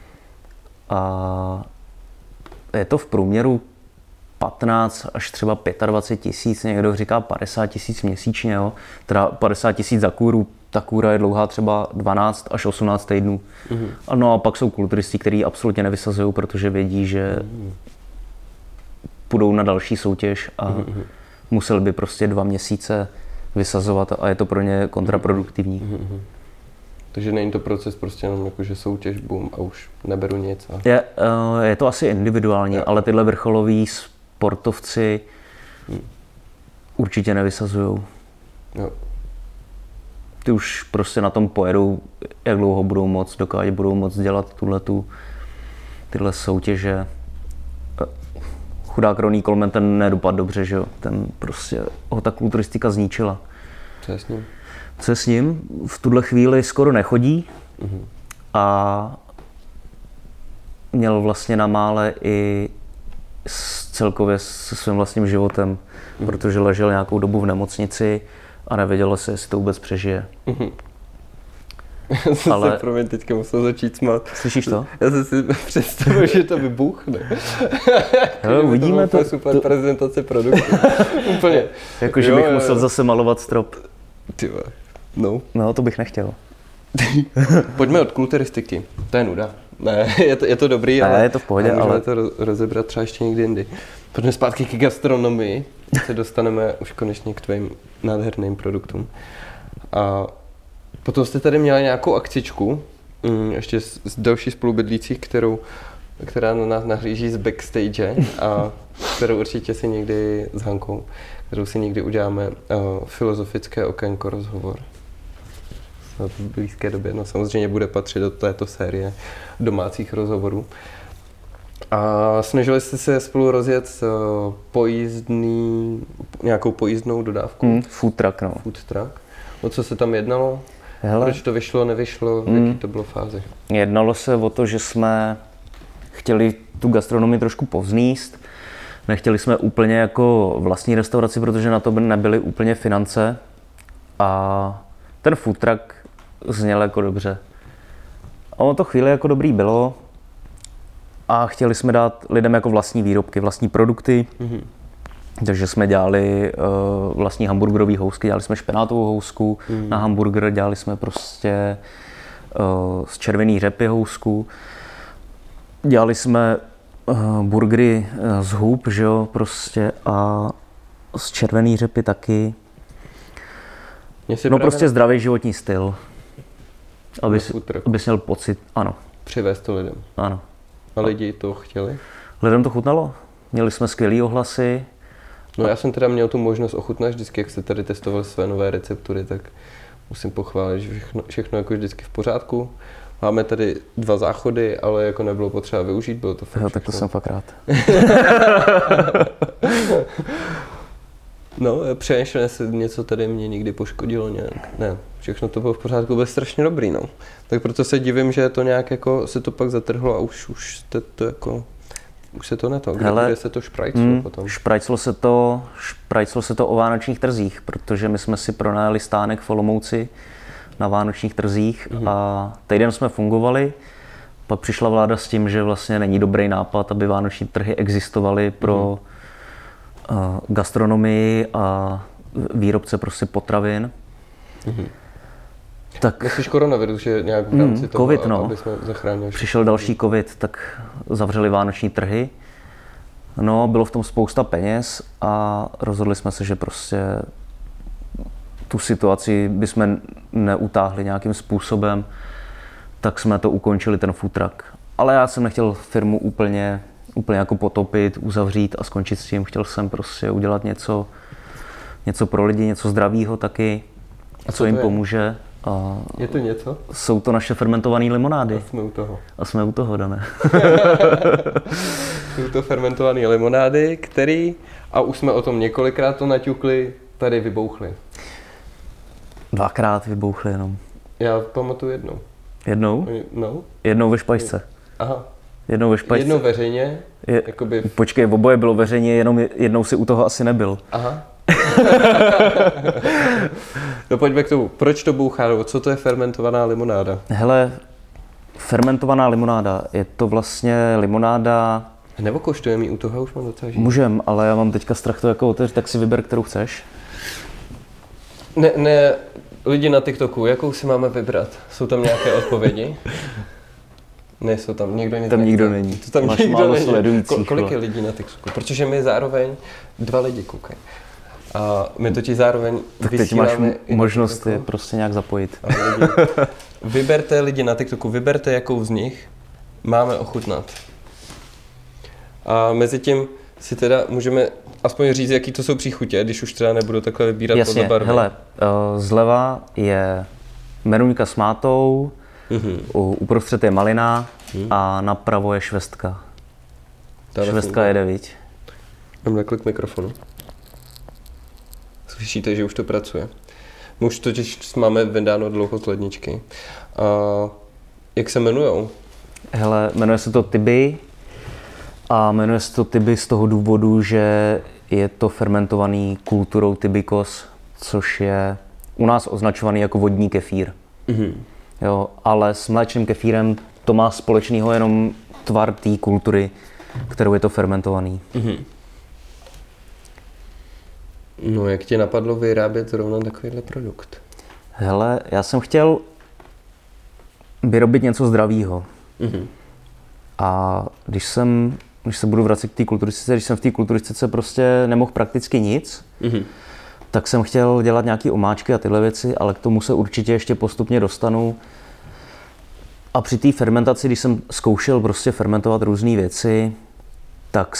A je to v průměru 15 až třeba 25 tisíc, někdo říká 50 tisíc měsíčně, jo. Teda 50 tisíc za kůru, ta kůra je dlouhá třeba 12 až 18 týdnů. No a pak jsou kulturisti, kteří absolutně nevysazují, protože vědí, že půjdou na další soutěž a museli by prostě 2 měsíce vysazovat a je to pro ně kontraproduktivní. Takže není to proces prostě jenom jako, že soutěž, bum, a už neberu nic. A... Je to asi individuální, ale tyhle vrcholoví sportovci určitě nevysazujou. Jo. Ty už prostě na tom pojedou, jak dlouho budou moc, dokud budou moc dělat tyhle soutěže. Chudák Ronnie Coleman, ten nedopadl dobře, že jo? Ten prostě ho ta kulturistika zničila. Co je s ním? Co je s ním? V tuhle chvíli skoro nechodí a měl vlastně na mále i celkově se svým vlastním životem, protože ležel nějakou dobu v nemocnici a nevědělo se, jestli to vůbec přežije. Já jsem se pro mě teďka musel začít smát. Slyšíš to? Já jsem si představil, že to vybuchne. Hele, uvidíme to. Super prezentace produktu. Úplně. Jakože bych musel zase malovat strop. Tyhle. No. No, to bych nechtěl. Pojďme od kulturistiky. To je nuda. Ne, je to dobrý, ne, ale je to v pohodě, můžeme to rozebrat třeba ještě někdy jindy. Pojďme zpátky k gastronomii. Se dostaneme už konečně k tvým nádherným produktům. A potom jste tady měli nějakou akcičku, ještě z další spolubydlících, která na nás nahlíží z backstage a kterou určitě si někdy s Hankou, kterou si někdy uděláme filozofické okénko rozhovor. V blízké době, no samozřejmě bude patřit do této série domácích rozhovorů. A snažili jste se spolu rozjet nějakou pojízdnou dodávku? Food truck, no. Food truck. O co se tam jednalo? Hele. Proč to vyšlo, nevyšlo? V jaký to bylo fázi? Jednalo se o to, že jsme chtěli tu gastronomii trošku povznést. Nechtěli jsme úplně jako vlastní restauraci, protože na to by nebyly úplně finance. A ten food truck zněl jako dobře. A ono to chvíli jako dobrý bylo. A chtěli jsme dát lidem jako vlastní výrobky, vlastní produkty. Takže jsme dělali vlastní hamburgerové housky, dělali jsme špenátovou housku na hamburger, dělali jsme prostě z červený řepy housku. Dělali jsme burgery z hub, že jo, prostě a z červený řepy taky. No prostě zdravý životní styl, aby měl pocit, ano. Přivést to lidem. Ano. A lidi to chtěli? Lidem to chutnalo. Měli jsme skvělý ohlasy. No já jsem teda měl tu možnost ochutnat vždycky, jak jste tady testoval své nové receptury, tak musím pochválit, že všechno jako vždycky v pořádku. Máme tady 2 záchody, ale jako nebylo potřeba využít, bylo to fakt. Jo, tak to jsem fakt rád. No, přemýšlel se něco tady mě nikdy poškodilo nějak. Ne, všechno to bylo v pořádku, bylo strašně dobrý, no. Tak proto se divím, že to nějak jako se to pak zatrhlo a už to jako už se to neto. Kde se to šprajclo potom? Šprajclo se to o vánočních trzích, protože my jsme si pronajali stánek v Olomouci na vánočních trzích a týden jsme fungovali. Pak přišla vláda s tím, že vlastně není dobrý nápad, aby vánoční trhy existovaly pro gastronomii a výrobce prostě potravin. Tak myslíš koronavirus, že nějak v rámci toho, COVID, no. aby jsme zachránili? Přišel další covid, tak zavřeli vánoční trhy. No, bylo v tom spousta peněz a rozhodli jsme se, že prostě tu situaci bychom neutáhli nějakým způsobem, tak jsme to ukončili, ten food truck. Ale já jsem nechtěl firmu úplně jako potopit, uzavřít a skončit s tím. Chtěl jsem prostě udělat něco pro lidi, něco zdravého taky, co jim pomůže. A je to něco? Jsou to naše fermentované limonády. A jsme u toho, Dané. Jsou to fermentované limonády, který, a už jsme o tom několikrát to naťukli, tady vybouchly. 2krát vybouchly jenom. Já pamatuju jednou. Jednou? No. Jednou ve špačce. Aha. Jednou ve špačce. Jednou veřejně? Jakoby... Počkej, oboje bylo veřejně, jenom jednou si u toho asi nebyl. Aha. No pojďme k tomu. Proč to bouchá? Co to je fermentovaná limonáda? Hele, fermentovaná limonáda, je to vlastně limonáda... Nebo koštujeme ji u toho, už mám docela žít. Můžem, ale já mám teďka strach to jako otevřít, tak si vyber, kterou chceš. Ne, lidi na TikToku, jakou si máme vybrat? Jsou tam nějaké odpovědi? Nejsou tam, nikdo nic tam nikdo není. To tam máš nikdo málo není. sledujících. Kolik je lidí na TikToku? Protože my zároveň 2 lidi koukají. A my totiž zároveň tak teď máš možnost je prostě nějak zapojit. Vyberte lidi na TikToku, vyberte, jakou z nich máme ochutnat. A mezi tím si teda můžeme aspoň říct, jaký to jsou příchutě, když už teda nebudu takhle vybírat podle barvy. Hele, zleva je meruňka s mátou, uprostřed je malina a napravo je švestka. Švestka jede, viď? Dám takhle k mikrofonu. Slyšíte, že už to pracuje. My už totiž máme vydáno dlouho z ledničky. A jak se jmenujou? Hele, jmenuje se to Tibi a jmenuje se to Tibi z toho důvodu, že je to fermentovaný kulturou Tibikos, což je u nás označovaný jako vodní kefír. Jo, ale s mléčným kefírem to má společného jenom tvar té kultury, kterou je to fermentovaný. No, jak tě napadlo vyrábět zrovna takovýhle produkt? Hele, já jsem chtěl vyrobit něco zdravého. A když se budu vracet k té kulturistice, když jsem v té kulturistice prostě nemohl prakticky nic, tak jsem chtěl dělat nějaké omáčky a tyhle věci, ale k tomu se určitě ještě postupně dostanu. A při té fermentaci, když jsem zkoušel prostě fermentovat různé věci, tak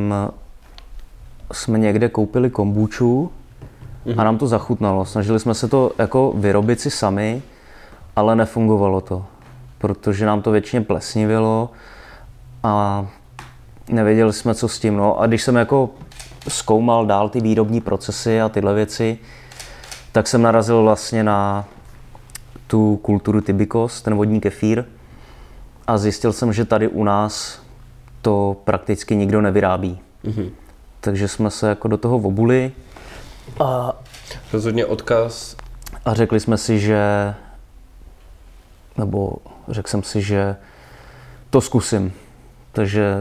jsme někde koupili kombuču a nám to zachutnalo. Snažili jsme se to jako vyrobit si sami, ale nefungovalo to, protože nám to většině plesnivilo a nevěděli jsme, co s tím. No. A když jsem jako zkoumal dál ty výrobní procesy a tyhle věci, tak jsem narazil vlastně na tu kulturu Tibikos, ten vodní kefír, a zjistil jsem, že tady u nás to prakticky nikdo nevyrábí. Takže jsme se jako do toho obuli a rozhodně odkaz. A řekli jsme si, řekl jsem si, že to zkusím. Takže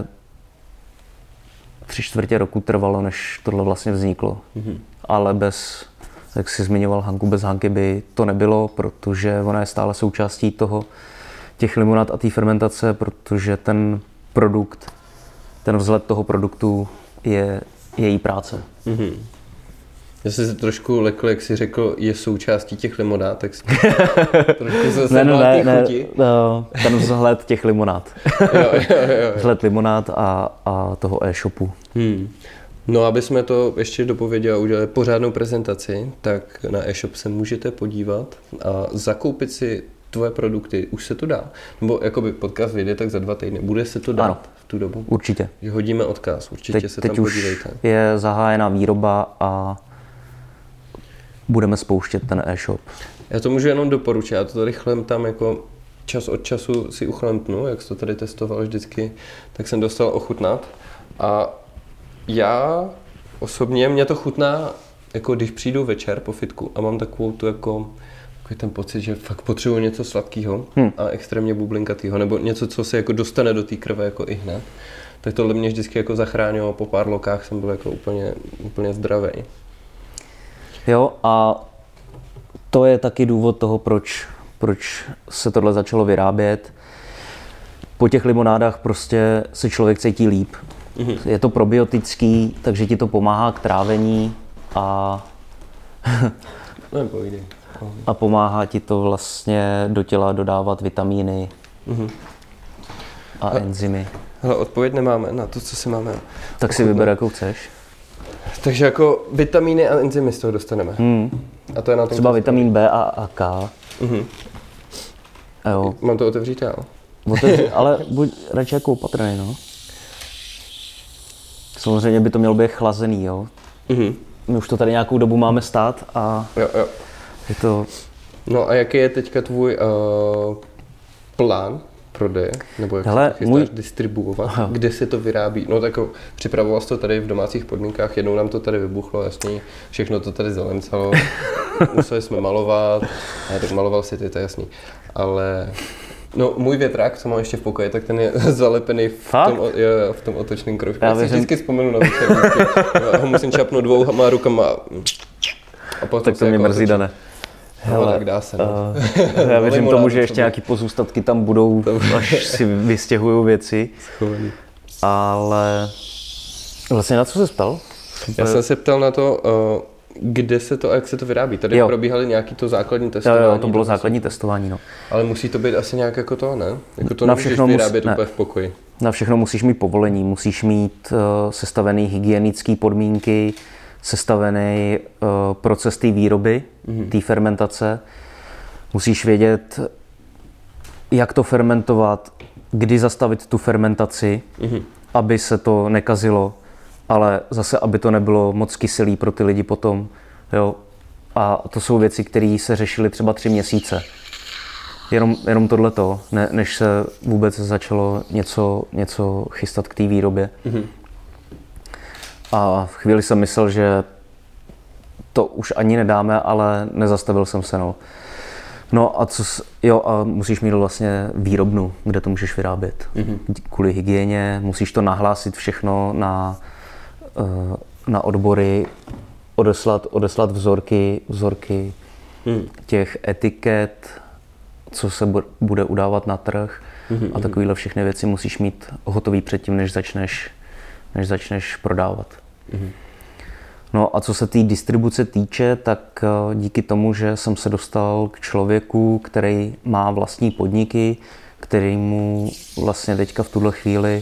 3/4 roku trvalo, než tohle vlastně vzniklo. Ale bez, jak jsi zmiňoval Hanku, bez Hanky by to nebylo, protože ona je stále součástí těch limonád a té fermentace, protože ten produkt, ten vzhled toho produktu je její práce. Já jsem se trošku lekl, jak jsi řekl, je součástí těch limonád, tak trošku se ne, ten vzhled těch limonád. jo. Vzhled limonád a toho e-shopu. No, aby jsme to ještě dopověděli a udělali pořádnou prezentaci, tak na e-shop se můžete podívat a zakoupit si tvoje produkty. Už se to dá? Nebo jakoby podcast vyjde tak za 2 týdny. Bude se to dát ano, v tu dobu? Určitě. Že hodíme odkaz, určitě se tam podívejte. Teď už je zahájená výroba a budeme spouštět ten e-shop. Já to můžu jenom doporučit, já to tady chlemtám jako čas od času si uchlemtnu, jak jsi to tady testoval vždycky, tak jsem dostal ochutnat. A já osobně, mě to chutná, jako když přijdu večer po fitku a mám takovou tu jako ten pocit, že fakt potřebuji něco sladkého a extrémně bublinkatého, nebo něco, co se jako dostane do té krve jako i hned. Tak tohle mě vždycky jako zachránilo, po pár lokách jsem byl jako úplně zdravý. Jo, a to je taky důvod toho, proč se tohle začalo vyrábět. Po těch limonádách prostě se člověk cítí líp. Je to probiotický, takže ti to pomáhá k trávení a pomáhá ti to vlastně do těla dodávat vitamíny a enzymy. Hele, odpověď nemáme na to, co si máme. Tak si vyber, jakou chceš. Takže jako vitamíny a enzymy z toho dostaneme. A to je na tom třeba vitamin B a K. Jo. Mám to otevřít já? Ale buď radši jako opatrný, no. Samozřejmě by to mělo být chlazený, jo. My už to tady nějakou dobu máme stát a jo. Je to... No a jaký je teďka tvůj plán prodeje? Nebo jak se to chystáš distribuovat? Kde se to vyrábí? No tak připravoval jsi to tady v domácích podmínkách, jednou nám to tady vybuchlo, jasný, všechno to tady zalemcalo, museli jsme malovat, tak maloval si ty, to je jasný. Ale no, můj větrák, co mám ještě v pokoji, tak ten je zalepený v tom otočném kroužku. Já si vždycky vzpomenu na večer, já ho musím čapnout 2 rukama. A tak to mě mrzí, Dane. Hele, tak dá se. Já věřím tomu, že ještě nějaký pozůstatky tam budou, až si vystěhují věci. Schovaný. Ale vlastně na co se ptal? Já jsem se ptal na to, kde se to a jak se to vyrábí. Tady probíhaly nějaký to základní testování. Jo, to bylo základní testování, no. Ale musí to být asi nějak jako to, ne? Jako to nemůžeš vyrábět úplně v pokoji. Na všechno musíš mít povolení, musíš mít sestavený hygienické podmínky, sestavený proces té výroby, té fermentace. Musíš vědět, jak to fermentovat, kdy zastavit tu fermentaci, aby se to nekazilo, ale zase, aby to nebylo moc kyselý pro ty lidi potom. Jo? A to jsou věci, které se řešily třeba 3 měsíce. Jenom tohleto, než se vůbec začalo něco chystat k té výrobě. A v chvíli jsem myslel, že to už ani nedáme, ale nezastavil jsem se. No a a musíš mít vlastně výrobnu, kde to můžeš vyrábět. Kvůli hygieně musíš to nahlásit všechno na odbory, odeslat vzorky těch etiket, co se bude udávat na trh a takovéhle všechny věci musíš mít hotový předtím, než začneš prodávat. No a co se té distribuce týče, tak díky tomu, že jsem se dostal k člověku, který má vlastní podniky, který mu vlastně teďka v tuhle chvíli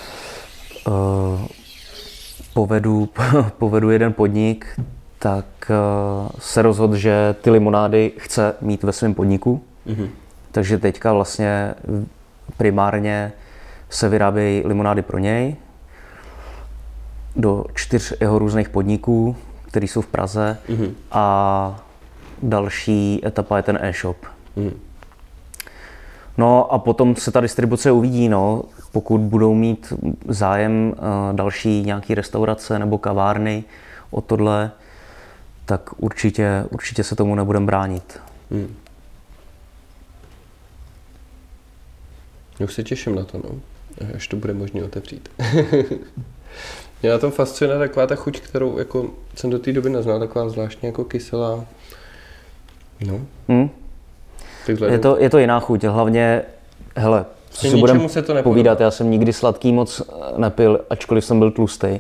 povedu jeden podnik, tak se rozhodl, že ty limonády chce mít ve svém podniku. Takže teďka vlastně primárně se vyrábějí limonády pro něj do 4 jeho různých podniků, které jsou v Praze a další etapa je ten e-shop. No a potom se ta distribuce uvidí, pokud budou mít zájem další nějaký restaurace nebo kavárny o tohle, tak určitě se tomu nebudeme bránit. Už se těším na to, až to bude možné otevřít. Mě na tom fascinuje taková ta chuť, kterou jako jsem do té doby neznal, taková zvláštně jako kyselá. Je to jiná chuť, hlavně, hele, co si budeme povídat, já jsem nikdy sladký moc nepil, ačkoliv jsem byl tlustý.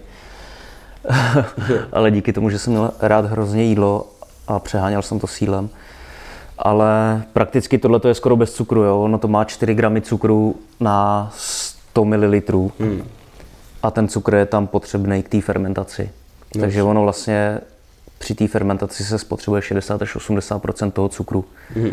Ale díky tomu, že jsem měl rád hrozně jídlo a přeháněl jsem to sílem. Ale prakticky tohle je skoro bez cukru, jo? Ono to má 4 gramy cukru na 100 ml. A ten cukr je tam potřebný k té fermentaci. Takže ono vlastně při té fermentaci se spotřebuje 60 až 80% toho cukru.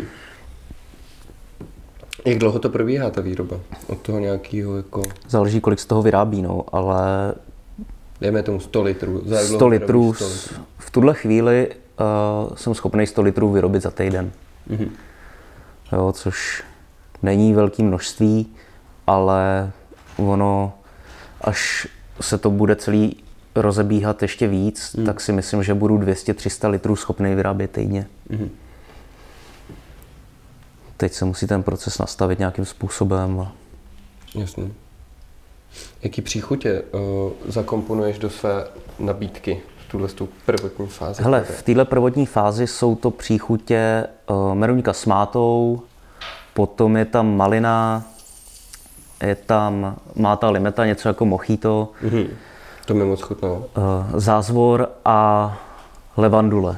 Jak dlouho to probíhá ta výroba? Od toho nějakého jako... Záleží, kolik z toho vyrábí, ale... Dejme tomu 100 litrů. 100 litrů. V tuhle chvíli jsem schopný 100 litrů vyrobit za týden. Jo, což není velké množství, ale ono, až se to bude celý rozebíhat ještě víc, tak si myslím, že budu 200-300 litrů schopný vyrábět týdně. Teď se musí ten proces nastavit nějakým způsobem. Jasně. Jaký příchutě zakomponuješ do své nabídky v tuhle prvotní fázi? Hele, v téhle prvotní fázi jsou to příchutě meruňka s mátou, potom je tam malina, je tam máta limeta, něco jako mojito. To mi moc chutnalo. Zázvor a levandule.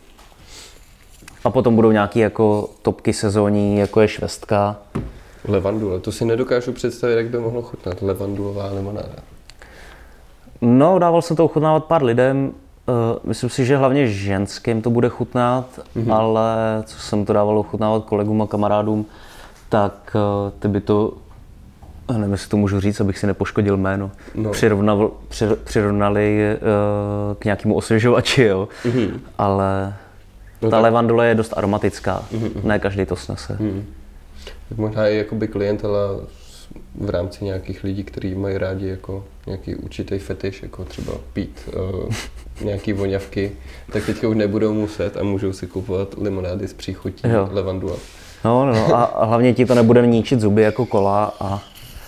A potom budou nějaké jako topky sezónní, jako je švestka. Levandule, to si nedokážu představit, jak by mohlo chutnat levandulová limonáda. No, dával jsem to ochutnávat pár lidem. Myslím si, že hlavně ženským to bude chutnat, ale co jsem to dával ochutnávat kolegům a kamarádům, tak ty by to, nevím, jestli to můžu říct, abych si nepoškodil jméno, přirovnali k nějakému osvěžovači, jo. Ale ta levandule je dost aromatická, ne každý to snese. Možná i jakoby klientela v rámci nějakých lidí, kteří mají rádi jako nějaký určitý fetiš, jako třeba pít nějaký voňavky, tak teďka už nebudou muset a můžou si kupovat limonády s příchutí levandule. No a hlavně ti to nebude ničit zuby jako kola a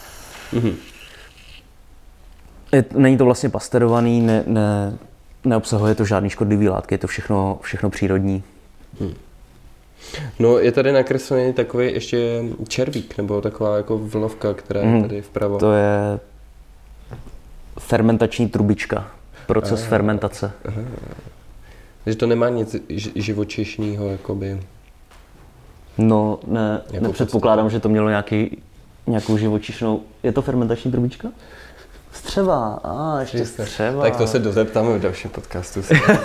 není to vlastně pasterovaný, neobsahuje to žádný škodlivý látky, je to všechno přírodní. No je tady nakreslený takový ještě červík, nebo taková jako vlnovka, která je tady vpravo. To je fermentační trubička, proces fermentace. Takže to nemá nic živočišného, jakoby. No, nepředpokládám, že to mělo nějakou živočišnou... Je to fermentační trubička? Střeva, ještě střeva. Tak to se dozeptáme v dalším podcastu.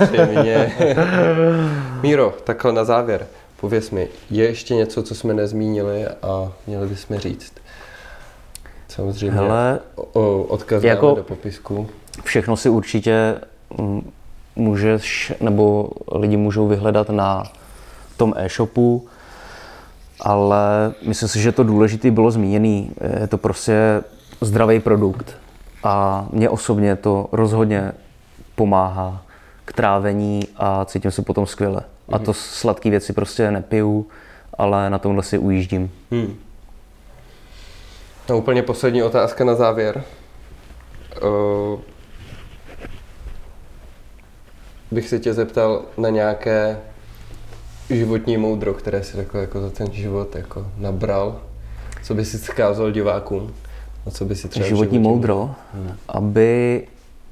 Míro, takhle na závěr, pověz mi, je ještě něco, co jsme nezmínili a měli bychom říct? Samozřejmě odkaz jako do popisku. Všechno si určitě můžeš, nebo lidi můžou vyhledat na tom e-shopu, ale myslím si, že to důležité bylo zmíněné. Je to prostě zdravý produkt a mně osobně to rozhodně pomáhá k trávení a cítím se potom skvěle. A to sladké věci prostě nepiju, ale na tomhle si ujíždím. No, úplně poslední otázka na závěr. Bych se tě zeptal na nějaké životní moudro, které si takhle jako za ten život jako nabral. Co by si vzkázal divákům? A co by si třeba životní moudro? Aby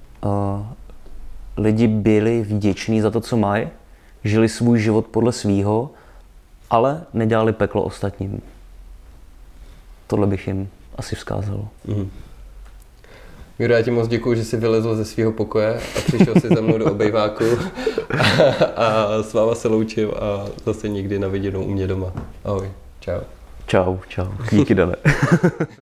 lidi byli vděční za to, co mají, žili svůj život podle svýho, ale nedělali peklo ostatním. Tohle bych jim asi vzkázal. Míro, já ti moc děkuju, že jsi vylezl ze svého pokoje a přišel si za mnou do obejváku a s váma se loučím a zase někdy na viděnou u mě doma. Ahoj, čau. Čau, díky Dane.